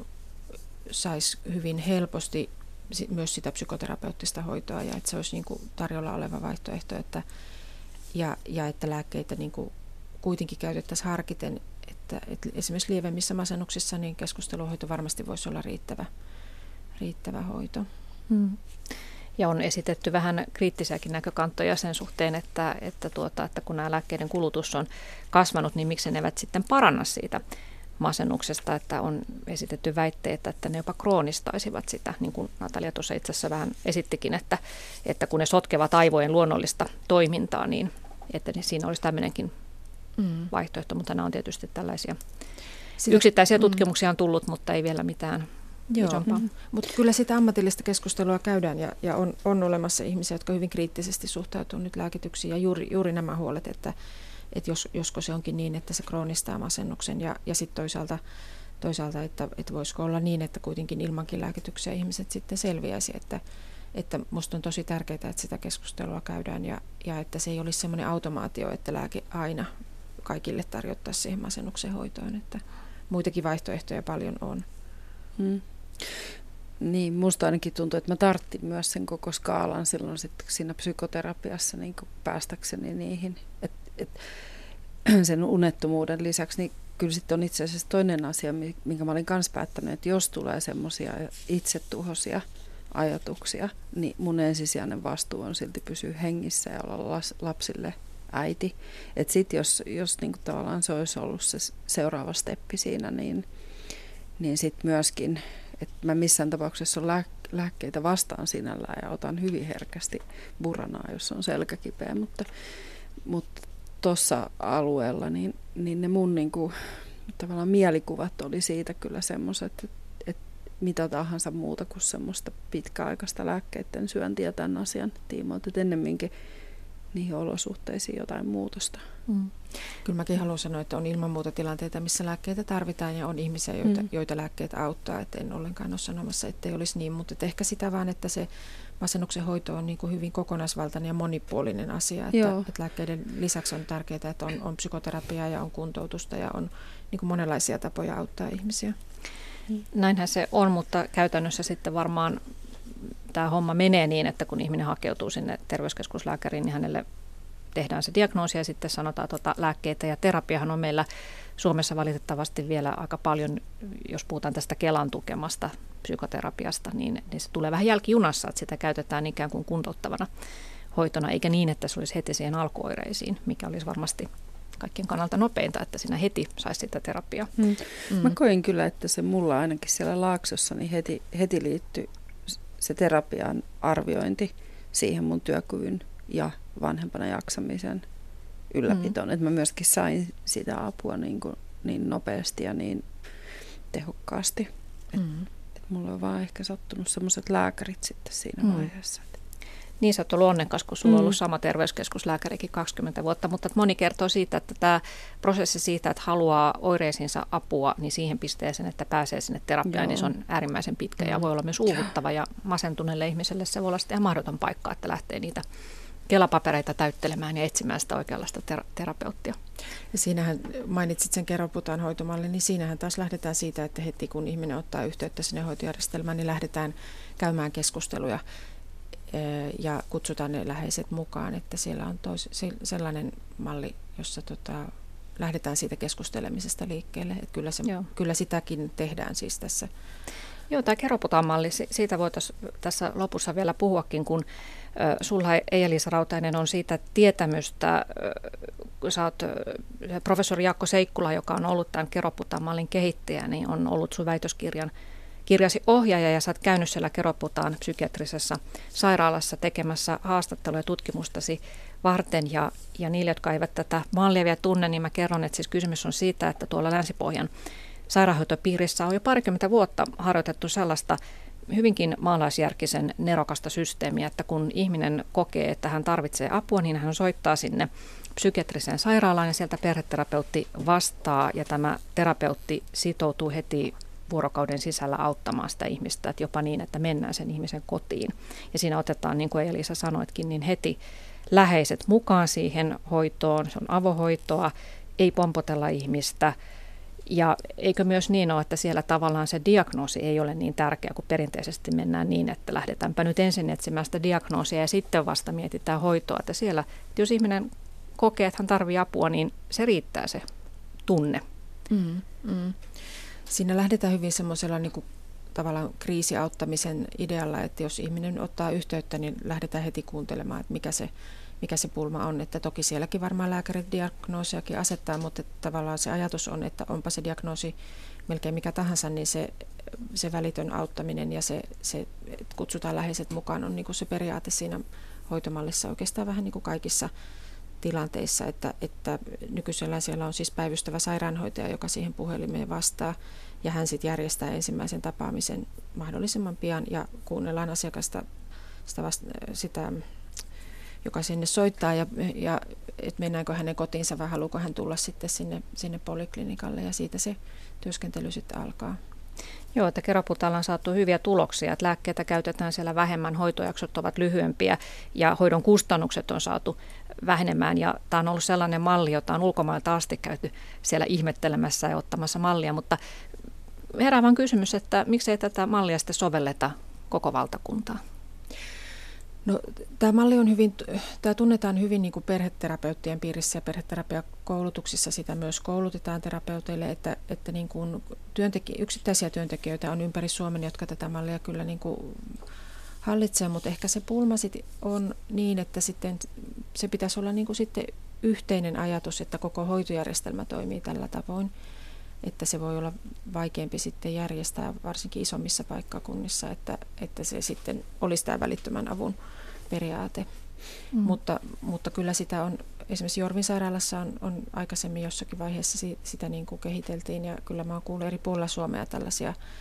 sais hyvin helposti myös sitä psykoterapeuttista hoitoa ja että se olisi niin kuin tarjolla oleva vaihtoehto, että, ja, ja että lääkkeitä niin kuin kuitenkin käytettäisiin harkiten, että, että esimerkiksi lievemmissä masennuksissa niin keskusteluhoito varmasti voisi olla riittävä, riittävä hoito. Hmm. Ja on esitetty vähän kriittisiäkin näkökantoja sen suhteen, että, että, tuota, että kun nämä lääkkeiden kulutus on kasvanut, niin miksi ne eivät sitten paranna siitä masennuksesta, että on esitetty väitteitä, että ne jopa kroonistaisivat sitä, niin kuin Natalia tuossa itse asiassa vähän esittikin, että, että kun ne sotkevat aivojen luonnollista toimintaa, niin että siinä olisi tämmöinenkin mm. vaihtoehto, mutta nämä on tietysti tällaisia sitä, yksittäisiä tutkimuksia on tullut, mutta ei vielä mitään Joo, isompaa. Mm. Mutta kyllä sitä ammatillista keskustelua käydään ja, ja on, on olemassa ihmisiä, jotka hyvin kriittisesti suhtautuvat nyt lääkityksiin ja juuri, juuri nämä huolet, että että jos, josko se onkin niin, että se kroonistaa masennuksen ja, ja sitten toisaalta, toisaalta että, että voisiko olla niin, että kuitenkin ilmankin lääkityksiä ihmiset sitten selviäisi, että, että musta on tosi tärkeää, että sitä keskustelua käydään ja, ja että se ei olisi semmoinen automaatio, että lääke aina kaikille tarjottaisiin siihen masennuksen hoitoon, että muitakin vaihtoehtoja paljon on. Hmm. Niin, musta ainakin tuntuu, että mä tarttin myös sen koko skaalan silloin sit siinä psykoterapiassa niin päästäkseni niihin. Et, et, sen unettomuuden lisäksi, niin kyllä sitten on itse asiassa toinen asia, minkä mä olin kanssa päättänyt, että jos tulee semmoisia itsetuhoisia ajatuksia, niin mun ensisijainen vastuu on silti pysyä hengissä ja olla las, lapsille äiti. Että sitten jos, jos niinku tavallaan se olisi ollut se seuraava steppi siinä, niin, niin sitten myöskin, että mä missään tapauksessa on lääk- lääkkeitä vastaan sinällään ja otan hyvin herkästi buranaa, jos on selkäkipeä, mutta, mutta tuossa alueella niin, niin ne mun niinku, tavallaan mielikuvat oli siitä kyllä semmoiset, että, että, mitä tahansa muuta kuin semmoista pitkäaikaista lääkkeiden syöntiä tämän asian tiimoilta, että ennemminkin niihin olosuhteisiin jotain muutosta. Mm. Kyllä mäkin haluan sanoa, että on ilman muuta tilanteita, missä lääkkeitä tarvitaan ja on ihmisiä, joita, mm. joita lääkkeet auttaa. Et en ollenkaan ole sanomassa, ettei olisi niin, mutta ehkä sitä vaan, että se masennuksen hoito on niin kuin hyvin kokonaisvaltainen ja monipuolinen asia. Että, että lääkkeiden lisäksi on tärkeää, että on, on psykoterapiaa ja on kuntoutusta ja on niin kuin monenlaisia tapoja auttaa ihmisiä. Näinhän se on, mutta käytännössä sitten varmaan tämä homma menee niin, että kun ihminen hakeutuu sinne terveyskeskuslääkäriin, niin hänelle tehdään se diagnoosi ja sitten sanotaan tuota lääkkeitä. Ja terapiahan on meillä Suomessa valitettavasti vielä aika paljon, jos puhutaan tästä Kelan tukemasta psykoterapiasta, niin, niin se tulee vähän jälkijunassa, että sitä käytetään ikään kuin kuntouttavana hoitona, eikä niin, että se olisi heti siihen alkuoireisiin, mikä olisi varmasti kaikkien kannalta nopeinta, että siinä heti saisi sitä terapiaa. Mm. Mm. Mä koin kyllä, että se mulla ainakin siellä Laaksossa niin heti, heti liittyi se terapian arviointi siihen mun työkyvyn ja vanhempana jaksamisen ylläpitoon. Mm. Että mä myöskin sain sitä apua niin, kuin, niin nopeasti ja niin tehokkaasti. Että mm. et mulla on vaan ehkä sattunut semmoiset lääkärit sitten siinä mm. vaiheessa. Niin, sä oot ollut onnekas, kun sulla on ollut sama terveyskeskuslääkärikin kaksikymmentä vuotta, mutta moni kertoo siitä, että tämä prosessi siitä, että haluaa oireisiinsa apua, niin siihen pisteeseen, että pääsee sinne terapiaan, Joo. niin se on äärimmäisen pitkä ja voi olla myös uuvuttava ja masentuneelle ihmiselle se voi olla sitten ihan mahdoton paikka, että lähtee niitä kelapapereita täyttelemään ja etsimään sitä oikeanlaista ter- terapeuttia. Ja siinähän mainitsit sen Keroputaan hoitomallin, niin siinähän taas lähdetään siitä, että heti kun ihminen ottaa yhteyttä sinne hoitojärjestelmään, niin lähdetään käymään keskusteluja ja kutsutaan ne läheiset mukaan, että siellä on tois, sellainen malli, jossa tota, lähdetään siitä keskustelemisesta liikkeelle. Että kyllä, se, kyllä sitäkin tehdään siis tässä. Joo, tämä Keroputaan-malli, siitä voitaisiin tässä lopussa vielä puhuakin, kun äh, sulla Eija-Liisa Rautainen on siitä tietämystä, äh, kun sä oot äh, professori Jaakko Seikkula, joka on ollut tämän Keroputaan-mallin kehittäjä, niin on ollut sun väitöskirjan kirjasi ohjaaja ja sä oot käynyt siellä Keroputaan psykiatrisessa sairaalassa tekemässä haastatteluja tutkimustasi varten. Ja, ja niille, jotka eivät tätä mallia vielä tunne, niin mä kerron, että siis kysymys on siitä, että tuolla Länsi-Pohjan sairaanhoitopiirissä on jo parikymmentä vuotta harjoitettu sellaista hyvinkin maalaisjärkisen nerokasta systeemiä, että kun ihminen kokee, että hän tarvitsee apua, niin hän soittaa sinne psykiatriseen sairaalaan ja sieltä perheterapeutti vastaa ja tämä terapeutti sitoutuu heti vuorokauden sisällä auttamaan sitä ihmistä, että jopa niin, että mennään sen ihmisen kotiin. Ja siinä otetaan, niin kuin Eija-Liisa sanoitkin, niin heti läheiset mukaan siihen hoitoon. Se on avohoitoa, ei pompotella ihmistä. Ja eikö myös niin ole, että siellä tavallaan se diagnoosi ei ole niin tärkeä, kun perinteisesti mennään niin, että lähdetäänpä nyt ensin etsimään sitä diagnoosia ja sitten vasta mietitään hoitoa. Että siellä, että jos ihminen kokee, että hän tarvitsee apua, niin se riittää se tunne. Mm, mm. Siinä lähdetään hyvin semmoisella niin kuin tavallaan kriisiauttamisen idealla, että jos ihminen ottaa yhteyttä, niin lähdetään heti kuuntelemaan, että mikä se, mikä se pulma on. Että toki sielläkin varmaan lääkärit diagnoosiakin asettaa, mutta tavallaan se ajatus on, että onpa se diagnoosi melkein mikä tahansa, niin se, se välitön auttaminen ja se, se että kutsutaan läheiset mukaan on niin kuin se periaate siinä hoitomallissa oikeastaan vähän niin kuin kaikissa tilanteissa, että, että nykyisellään siellä on siis päivystävä sairaanhoitaja, joka siihen puhelimeen vastaa, ja hän sitten järjestää ensimmäisen tapaamisen mahdollisimman pian, ja kuunnellaan asiakasta sitä, vasta, sitä joka sinne soittaa, ja, ja että mennäänkö hänen kotiinsa vai haluuko hän tulla sitten sinne, sinne poliklinikalle, ja siitä se työskentely sitten alkaa. Joo, että Keroputaalla on saatu hyviä tuloksia, että lääkkeitä käytetään siellä vähemmän, hoitojaksot ovat lyhyempiä ja hoidon kustannukset on saatu vähenemään. Ja tämä on ollut sellainen malli, jota on ulkomailta asti käyty siellä ihmettelemässä ja ottamassa mallia, mutta herää vaan kysymys, että miksei tätä mallia sitten sovelleta koko valtakuntaa? No, tämä malli on hyvin, tämä tunnetaan hyvin niin kuin perheterapeuttien piirissä ja perheterapiakoulutuksissa sitä myös koulutetaan terapeuteille, että, että niin kuin työntekijä, yksittäisiä työntekijöitä on ympäri Suomen, jotka tätä mallia kyllä niin kuin hallitsee, mutta ehkä se pulma sitten on niin, että sitten se pitäisi olla niin kuin sitten yhteinen ajatus, että koko hoitojärjestelmä toimii tällä tavoin, että se voi olla vaikeampi sitten järjestää varsinkin isommissa paikkakunnissa, että, että se sitten olisi tämä välittömän avun periaate. Mm. Mutta, mutta kyllä sitä on, esimerkiksi Jorvin sairaalassa on, on aikaisemmin jossakin vaiheessa si, sitä niin kuin kehiteltiin, ja kyllä mä oon kuullut eri puolilla Suomea tällaisia,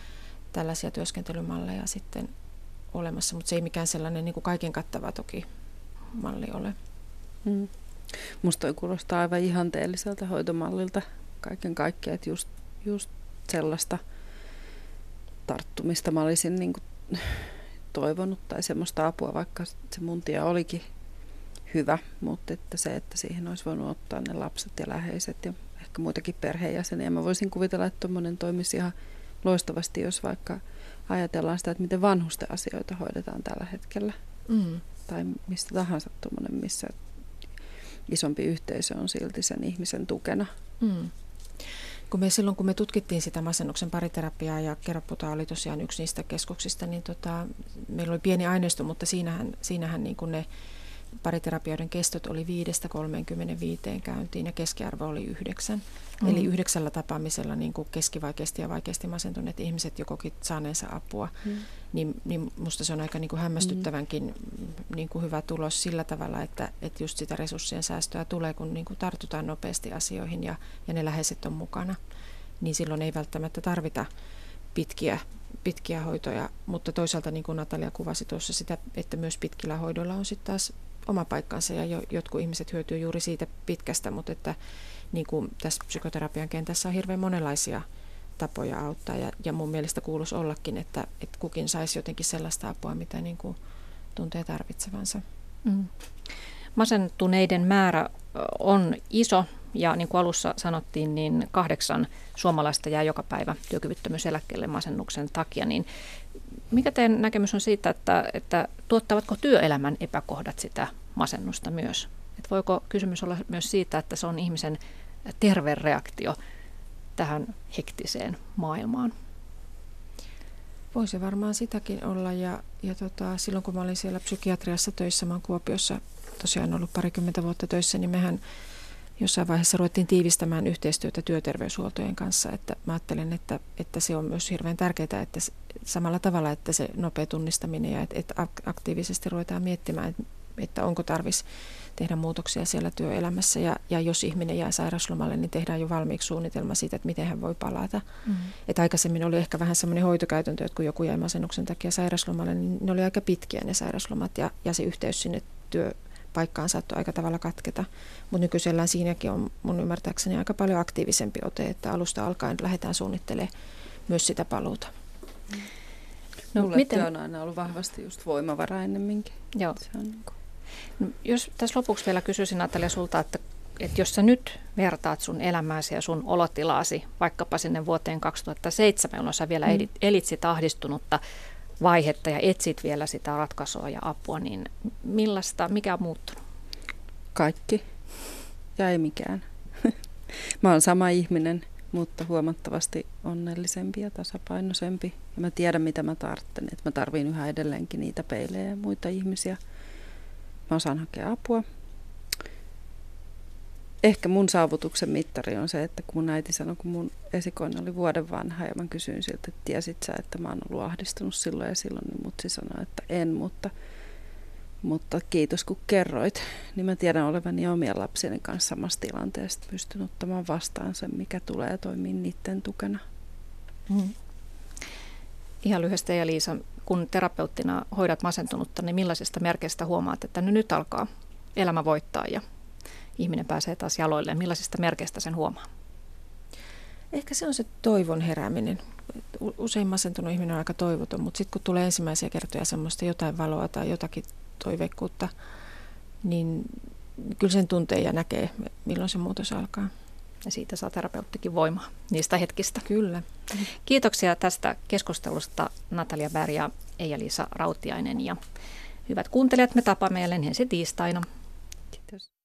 tällaisia työskentelymalleja sitten olemassa, mutta se ei mikään sellainen niin kuin kaiken kattava toki malli ole. Mm. Musta toi kuulostaa aivan ihanteelliselta hoitomallilta kaiken kaikkiaan, että just, just sellaista tarttumista mä olisin niin kuin toivonut tai semmoista apua, vaikka se mun tie olikin hyvä, mutta että se, että siihen olisi voinut ottaa ne lapset ja läheiset ja ehkä muitakin perheenjäseniä. Mä voisin kuvitella, että tommoinen toimisi ihan loistavasti, jos vaikka ajatellaan sitä, että miten vanhusten asioita hoidetaan tällä hetkellä. Mm. Tai mistä tahansa tommoinen, missä isompi yhteisö on silti sen ihmisen tukena. Mm. Kun me, silloin kun me tutkittiin sitä masennuksen pariterapiaa ja Keropputa oli tosiaan yksi niistä keskuksista, niin tota, meillä oli pieni aineisto, mutta siinähän, siinähän niin kuin ne pariterapioiden kestot oli viidestä kolmeenkymmeneenviiteen käyntiin ja keskiarvo oli yhdeksän. Mm. Eli yhdeksällä tapaamisella niin kuin keskivaikeasti ja vaikeasti masentuneet ihmiset jo koki saaneensa apua. Mm. Niin, niin musta se on aika niin kuin hämmästyttävänkin mm. niin kuin hyvä tulos sillä tavalla, että, että just sitä resurssien säästöä tulee, kun niin kuin tartutaan nopeasti asioihin ja, ja ne läheiset on mukana. Niin silloin ei välttämättä tarvita pitkiä, pitkiä hoitoja, mutta toisaalta niin kuin Natalia kuvasi tuossa sitä, että myös pitkillä hoidoilla on sitten taas oma paikkansa ja jo, jotkut ihmiset hyötyy juuri siitä pitkästä, mutta että niin kuin tässä psykoterapian kentässä on hirveän monenlaisia tapoja auttaa ja, ja mun mielestä kuuluisi ollakin, että, että kukin saisi jotenkin sellaista apua, mitä niin kuin tuntee tarvitsevansa. Mm. Masentuneiden määrä on iso ja niin kuin alussa sanottiin, niin kahdeksan suomalaista jää joka päivä työkyvyttömyyseläkkeelle masennuksen takia. Niin mikä teidän näkemys on siitä, että, että tuottavatko työelämän epäkohdat sitä masennusta myös? Et voiko kysymys olla myös siitä, että se on ihmisen terve reaktio tähän hektiseen maailmaan? Voisi varmaan sitäkin olla ja, ja tota, silloin kun mä olin siellä psykiatriassa töissä, mä oon Kuopiossa tosiaan ollut parikymmentä vuotta töissä, niin mehän jossain vaiheessa ruvettiin tiivistämään yhteistyötä työterveyshuoltojen kanssa. Että mä ajattelen, että, että se on myös hirveän tärkeää, että se, samalla tavalla, että se nopea tunnistaminen ja että, että aktiivisesti ruvetaan miettimään, että, että onko tarvis tehdä muutoksia siellä työelämässä. Ja, ja jos ihminen jää sairauslomalle, niin tehdään jo valmiiksi suunnitelma siitä, että miten hän voi palata. Mm-hmm. Että aikaisemmin oli ehkä vähän semmoinen hoitokäytäntö, että kun joku jäi masennuksen takia sairauslomalle, niin ne oli aika pitkiä ne sairauslomat ja, ja se yhteys sinne työ paikkaan saattoi aika tavalla katketa, mutta nykyisellään siinäkin on mun ymmärtääkseni aika paljon aktiivisempi ote, että alusta alkaen lähdetään suunnittelemaan myös sitä paluuta. No, Mulle miten? Työ on aina ollut vahvasti just voimavara ennemminkin. Joo. Se on niin kuin... no, jos tässä lopuksi vielä kysyisin Natalia sulta, että, että jos sä nyt vertaat sun elämääsi ja sun olotilaasi vaikkapa sinne vuoteen kaksituhattaseitsemän, jolloin sä vielä mm. elit, elit sitä ahdistunutta vaihetta ja etsit vielä sitä ratkaisua ja apua, niin millaista, mikä on muuttunut? Kaikki ja ei mikään. Mä oon sama ihminen, mutta huomattavasti onnellisempi ja tasapainoisempi. Ja mä tiedän, mitä mä tarvitsen. Että mä tarviin yhä edelleenkin niitä peilejä ja muita ihmisiä. Mä osaan hakea apua. Ehkä mun saavutuksen mittari on se, että kun mun äiti sanoi, kun mun esikoinen oli vuoden vanha ja mä kysyin siltä, että tiesit sä, että mä oon ollut ahdistunut silloin ja silloin, niin mutsi sanoi, että en, mutta, mutta kiitos kun kerroit. Niin mä tiedän olevani ja omien lapsieni kanssa samassa tilanteessa, pystyn ottamaan vastaan sen, mikä tulee ja toimii niiden tukena. Mm. Ihan lyhyesti Eija-Liisa, kun terapeuttina hoidat masentunutta, niin millaisista merkeistä huomaat, että no nyt alkaa elämä voittaa ja ihminen pääsee taas jaloilleen. Millaisista merkeistä sen huomaa? Ehkä se on se toivon herääminen. Usein masentunut ihminen on aika toivoton, mutta sitten kun tulee ensimmäisiä kertoja semmoista jotain valoa tai jotakin toiveikkuutta, niin kyllä sen tuntee ja näkee, milloin se muutos alkaa. Ja siitä saa terapeuttikin voimaa niistä hetkistä. Kyllä. Kiitoksia tästä keskustelusta Natalia Berg ja Eija-Liisa Rautiainen. Ja hyvät kuuntelijat, me tapaamme jälleen ensi tiistaina. Kiitos.